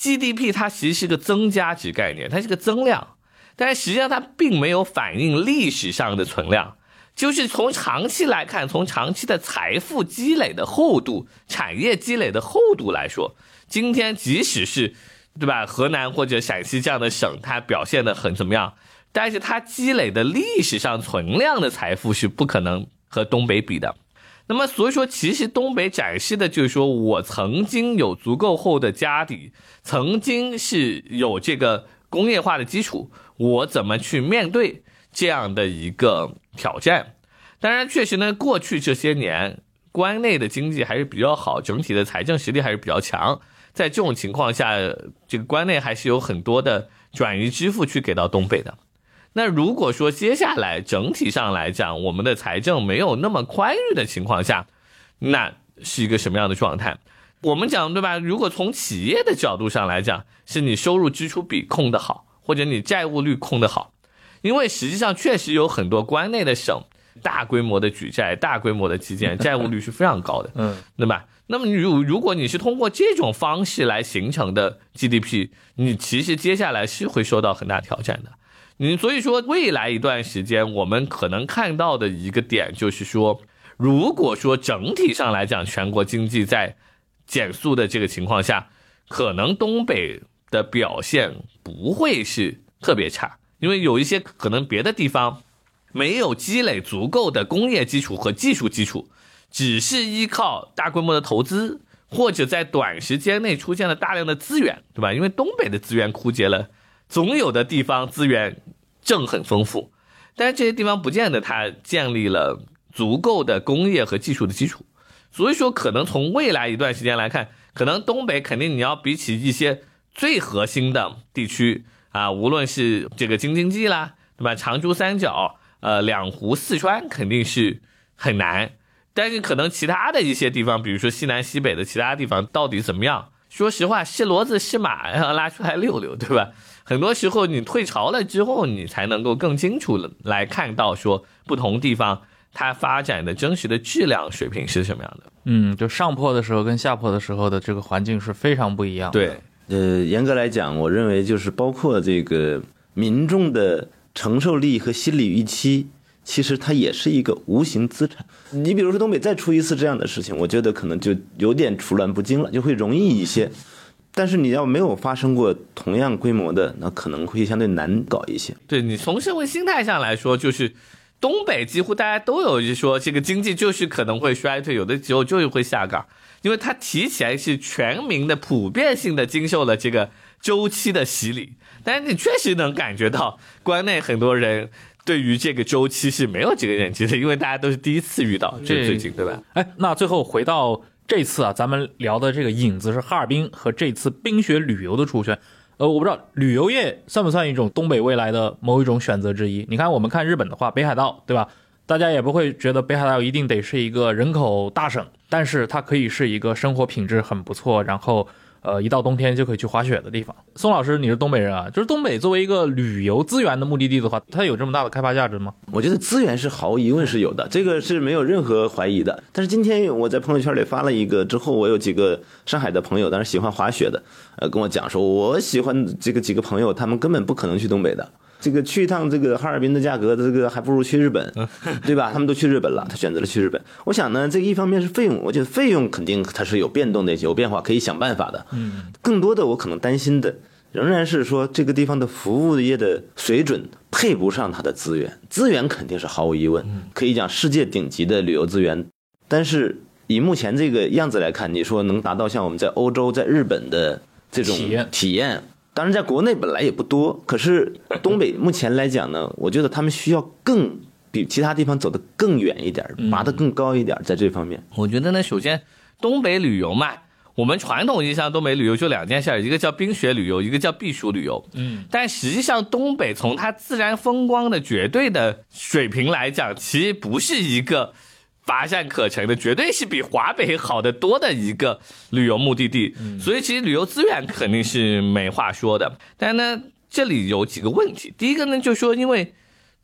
C: GDP 它其实是个增加值概念，它是个增量，但是实际上它并没有反映历史上的存量。就是从长期来看，从长期的财富积累的厚度、产业积累的厚度来说，今天即使是对吧，河南或者陕西这样的省，它表现得很怎么样，但是它积累的历史上存量的财富是不可能和东北比的。那么所以说，其实东北展示的就是说，我曾经有足够厚的家底，曾经是有这个工业化的基础，我怎么去面对这样的一个挑战。当然确实呢，过去这些年关内的经济还是比较好，整体的财政实力还是比较强，在这种情况下，这个关内还是有很多的转移支付去给到东北的。那如果说接下来整体上来讲，我们的财政没有那么宽裕的情况下，那是一个什么样的状态？我们讲对吧，如果从企业的角度上来讲，是你收入支出比控得好，或者你债务率控得好。因为实际上确实有很多关内的省大规模的举债，大规模的基建，债务率是非常高的，对吧？那么如果你是通过这种方式来形成的 GDP， 你其实接下来是会受到很大挑战的。所以说未来一段时间我们可能看到的一个点就是说，如果说整体上来讲全国经济在减速的这个情况下，可能东北的表现不会是特别差，因为有一些可能别的地方没有积累足够的工业基础和技术基础，只是依靠大规模的投资，或者在短时间内出现了大量的资源，对吧？因为东北的资源枯竭了，总有的地方资源正很丰富，但是这些地方不见得它建立了足够的工业和技术的基础。所以说可能从未来一段时间来看，可能东北肯定你要比起一些最核心的地区啊，无论是这个京津冀啦，对吧？长珠三角、两湖、四川肯定是很难，但是可能其他的一些地方，比如说西南西北的其他地方到底怎么样？说实话，是骡子是马要拉出来溜溜，对吧？很多时候你退潮了之后，你才能够更清楚的来看到说不同地方它发展的真实的质量水平是什么样的。
B: 就上坡的时候跟下坡的时候的这个环境是非常不一样的。
C: 对，
D: 严格来讲，我认为就是包括这个民众的承受力和心理预期，其实它也是一个无形资产。你比如说东北再出一次这样的事情，我觉得可能就有点处乱不惊了，就会容易一些。但是你要没有发生过同样规模的，那可能会相对难搞一些。
C: 对，你从社会心态上来说，就是东北几乎大家都有说这个经济就是可能会衰退，有的时候就是会下岗，因为它提起来是全民的普遍性的经受了这个周期的洗礼。但是你确实能感觉到关内很多人对于这个周期是没有这个认知的，因为大家都是第一次遇到，就最近对吧？
B: 那最后回到这次啊，咱们聊的这个引子是哈尔滨和这次冰雪旅游的出现。我不知道旅游业算不算一种东北未来的某一种选择之一。你看我们看日本的话，北海道对吧，大家也不会觉得北海道一定得是一个人口大省，但是它可以是一个生活品质很不错，然后一到冬天就可以去滑雪的地方。宋老师你是东北人啊，就是东北作为一个旅游资源的目的地的话，它有这么大的开发价值吗？
D: 我觉得资源是毫无疑问是有的，这个是没有任何怀疑的。但是今天我在朋友圈里发了一个之后，我有几个上海的朋友，当然喜欢滑雪的，跟我讲说，我喜欢这个几个朋友，他们根本不可能去东北的。这个去一趟这个哈尔滨的价格，这个还不如去日本，对吧？他们都去日本了，他选择了去日本。我想呢，这个一方面是费用，我觉得费用肯定它是有变动的，有变化，可以想办法的。更多的我可能担心的仍然是说这个地方的服务业的水准配不上它的资源，资源肯定是毫无疑问，可以讲世界顶级的旅游资源，但是以目前这个样子来看，你说能达到像我们在欧洲、在日本的这种体验。当然在国内本来也不多，可是东北目前来讲呢，我觉得他们需要更比其他地方走得更远一点，拔得更高一点，在这方面。
C: 我觉得呢，首先东北旅游嘛，我们传统意义上东北旅游就两件事，一个叫冰雪旅游，一个叫避暑旅游。但实际上东北从它自然风光的绝对的水平来讲，其实不是一个乏善可陈的，绝对是比华北好得多的一个旅游目的地。所以其实旅游资源肯定是没话说的。但呢，这里有几个问题。第一个呢，就是说因为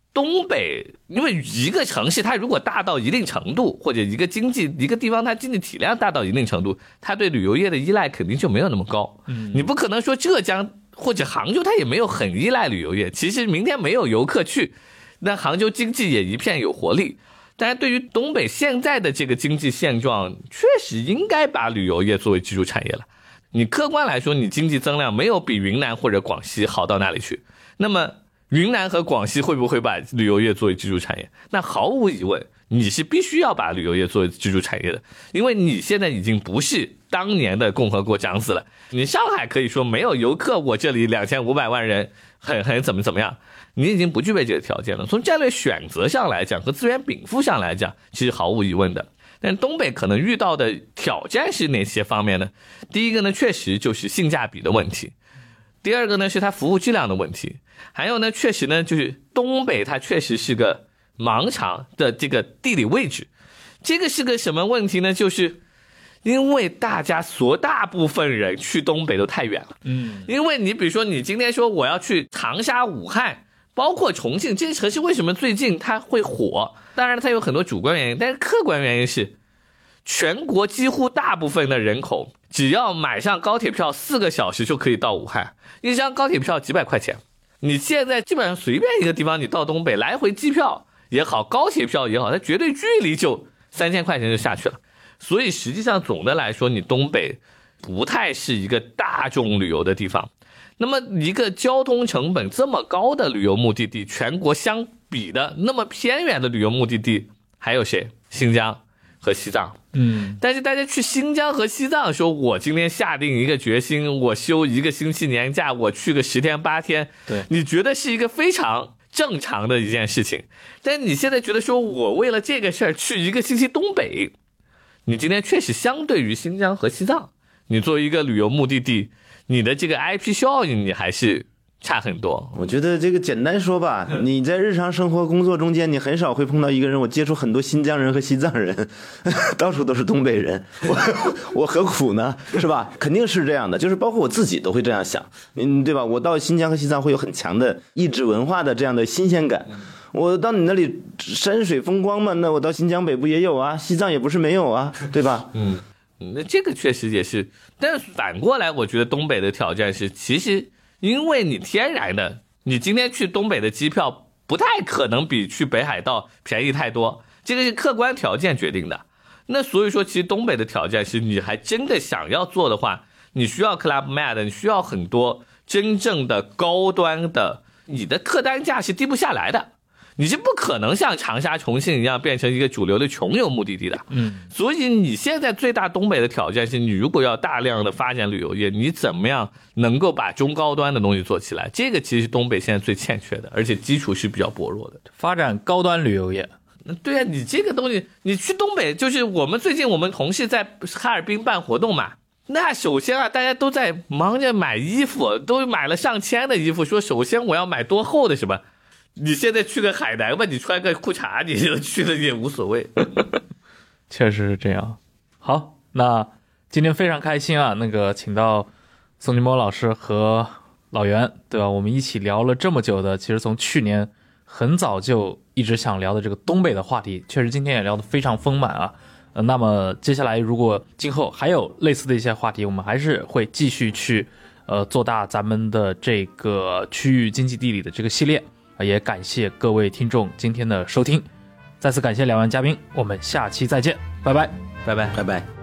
C: 东北，因为一个城市它如果大到一定程度，或者一个地方它经济体量大到一定程度，它对旅游业的依赖肯定就没有那么高。你不可能说浙江或者杭州它也没有很依赖旅游业，其实明天没有游客去，那杭州经济也一片有活力。但是对于东北现在的这个经济现状，确实应该把旅游业作为基础产业了。你客观来说，你经济增量没有比云南或者广西好到哪里去，那么云南和广西会不会把旅游业作为基础产业？那毫无疑问，你是必须要把旅游业作为基础产业的，因为你现在已经不是当年的共和国长子了。你上海可以说没有游客，我这里2500万人很怎么样，你已经不具备这个条件了。从战略选择上来讲和资源禀赋上来讲，其实毫无疑问的。但东北可能遇到的挑战是哪些方面呢？第一个呢，确实就是性价比的问题。第二个呢，是它服务质量的问题。还有呢，确实呢，就是东北它确实是个盲场的这个地理位置。这个是个什么问题呢？就是因为大部分人去东北都太远了。因为你比如说你今天说我要去长沙、武汉，包括重庆这些城市，为什么最近它会火？当然它有很多主观原因，但是客观原因是全国几乎大部分的人口只要买上高铁票4个小时就可以到武汉，一张高铁票几百块钱。你现在基本上随便一个地方你到东北，来回机票也好，高铁票也好，它绝对距离就3000块钱就下去了。所以实际上总的来说，你东北不太是一个大众旅游的地方。那么一个交通成本这么高的旅游目的地，全国相比的那么偏远的旅游目的地还有谁？新疆和西藏。但是大家去新疆和西藏说，我今天下定一个决心，我休1个星期年假，我去个10天8天，
B: 对，
C: 你觉得是一个非常正常的一件事情。但你现在觉得说我为了这个事儿去1个星期东北，你今天确实相对于新疆和西藏，你作为一个旅游目的地，你的这个 IP 效应你还是差很多。
D: 我觉得这个简单说吧，你在日常生活工作中间，你很少会碰到一个人，我接触很多新疆人和西藏人，到处都是东北人，我何苦呢？是吧？肯定是这样的，就是包括我自己都会这样想，对吧？我到新疆和西藏会有很强的异质文化的这样的新鲜感。我到你那里山水风光嘛，那我到新疆北部也有啊，西藏也不是没有啊，对吧？
C: 那这个确实也是，但是反过来，我觉得东北的挑战是，其实因为你天然的，你今天去东北的机票不太可能比去北海道便宜太多，这个是客观条件决定的。那所以说，其实东北的挑战是，你还真的想要做的话，你需要 Club Med， 你需要很多真正的高端的，你的客单价是低不下来的。你是不可能像长沙、重庆一样变成一个主流的穷游目的地的。所以你现在最大东北的挑战是，你如果要大量的发展旅游业，你怎么样能够把中高端的东西做起来？这个其实是东北现在最欠缺的，而且基础是比较薄弱的。
B: 发展高端旅游业。
C: 对啊，你这个东西，你去东北，就是最近我们同事在哈尔滨办活动嘛。那首先啊，大家都在忙着买衣服，都买了上千的衣服，说首先我要买多厚的什么。你现在去个海南吧，你穿个裤衩你就去了也无所谓。
B: 确实是这样。好，那今天非常开心啊，请到宋金波老师和老袁，对吧？我们一起聊了这么久的，其实从去年很早就一直想聊的这个东北的话题，确实今天也聊得非常丰满啊。那么接下来如果今后还有类似的一些话题，我们还是会继续去做大咱们的这个区域经济地理的这个系列。也感谢各位听众今天的收听，再次感谢2位嘉宾，我们下期再见，拜拜，
D: 拜拜，拜拜。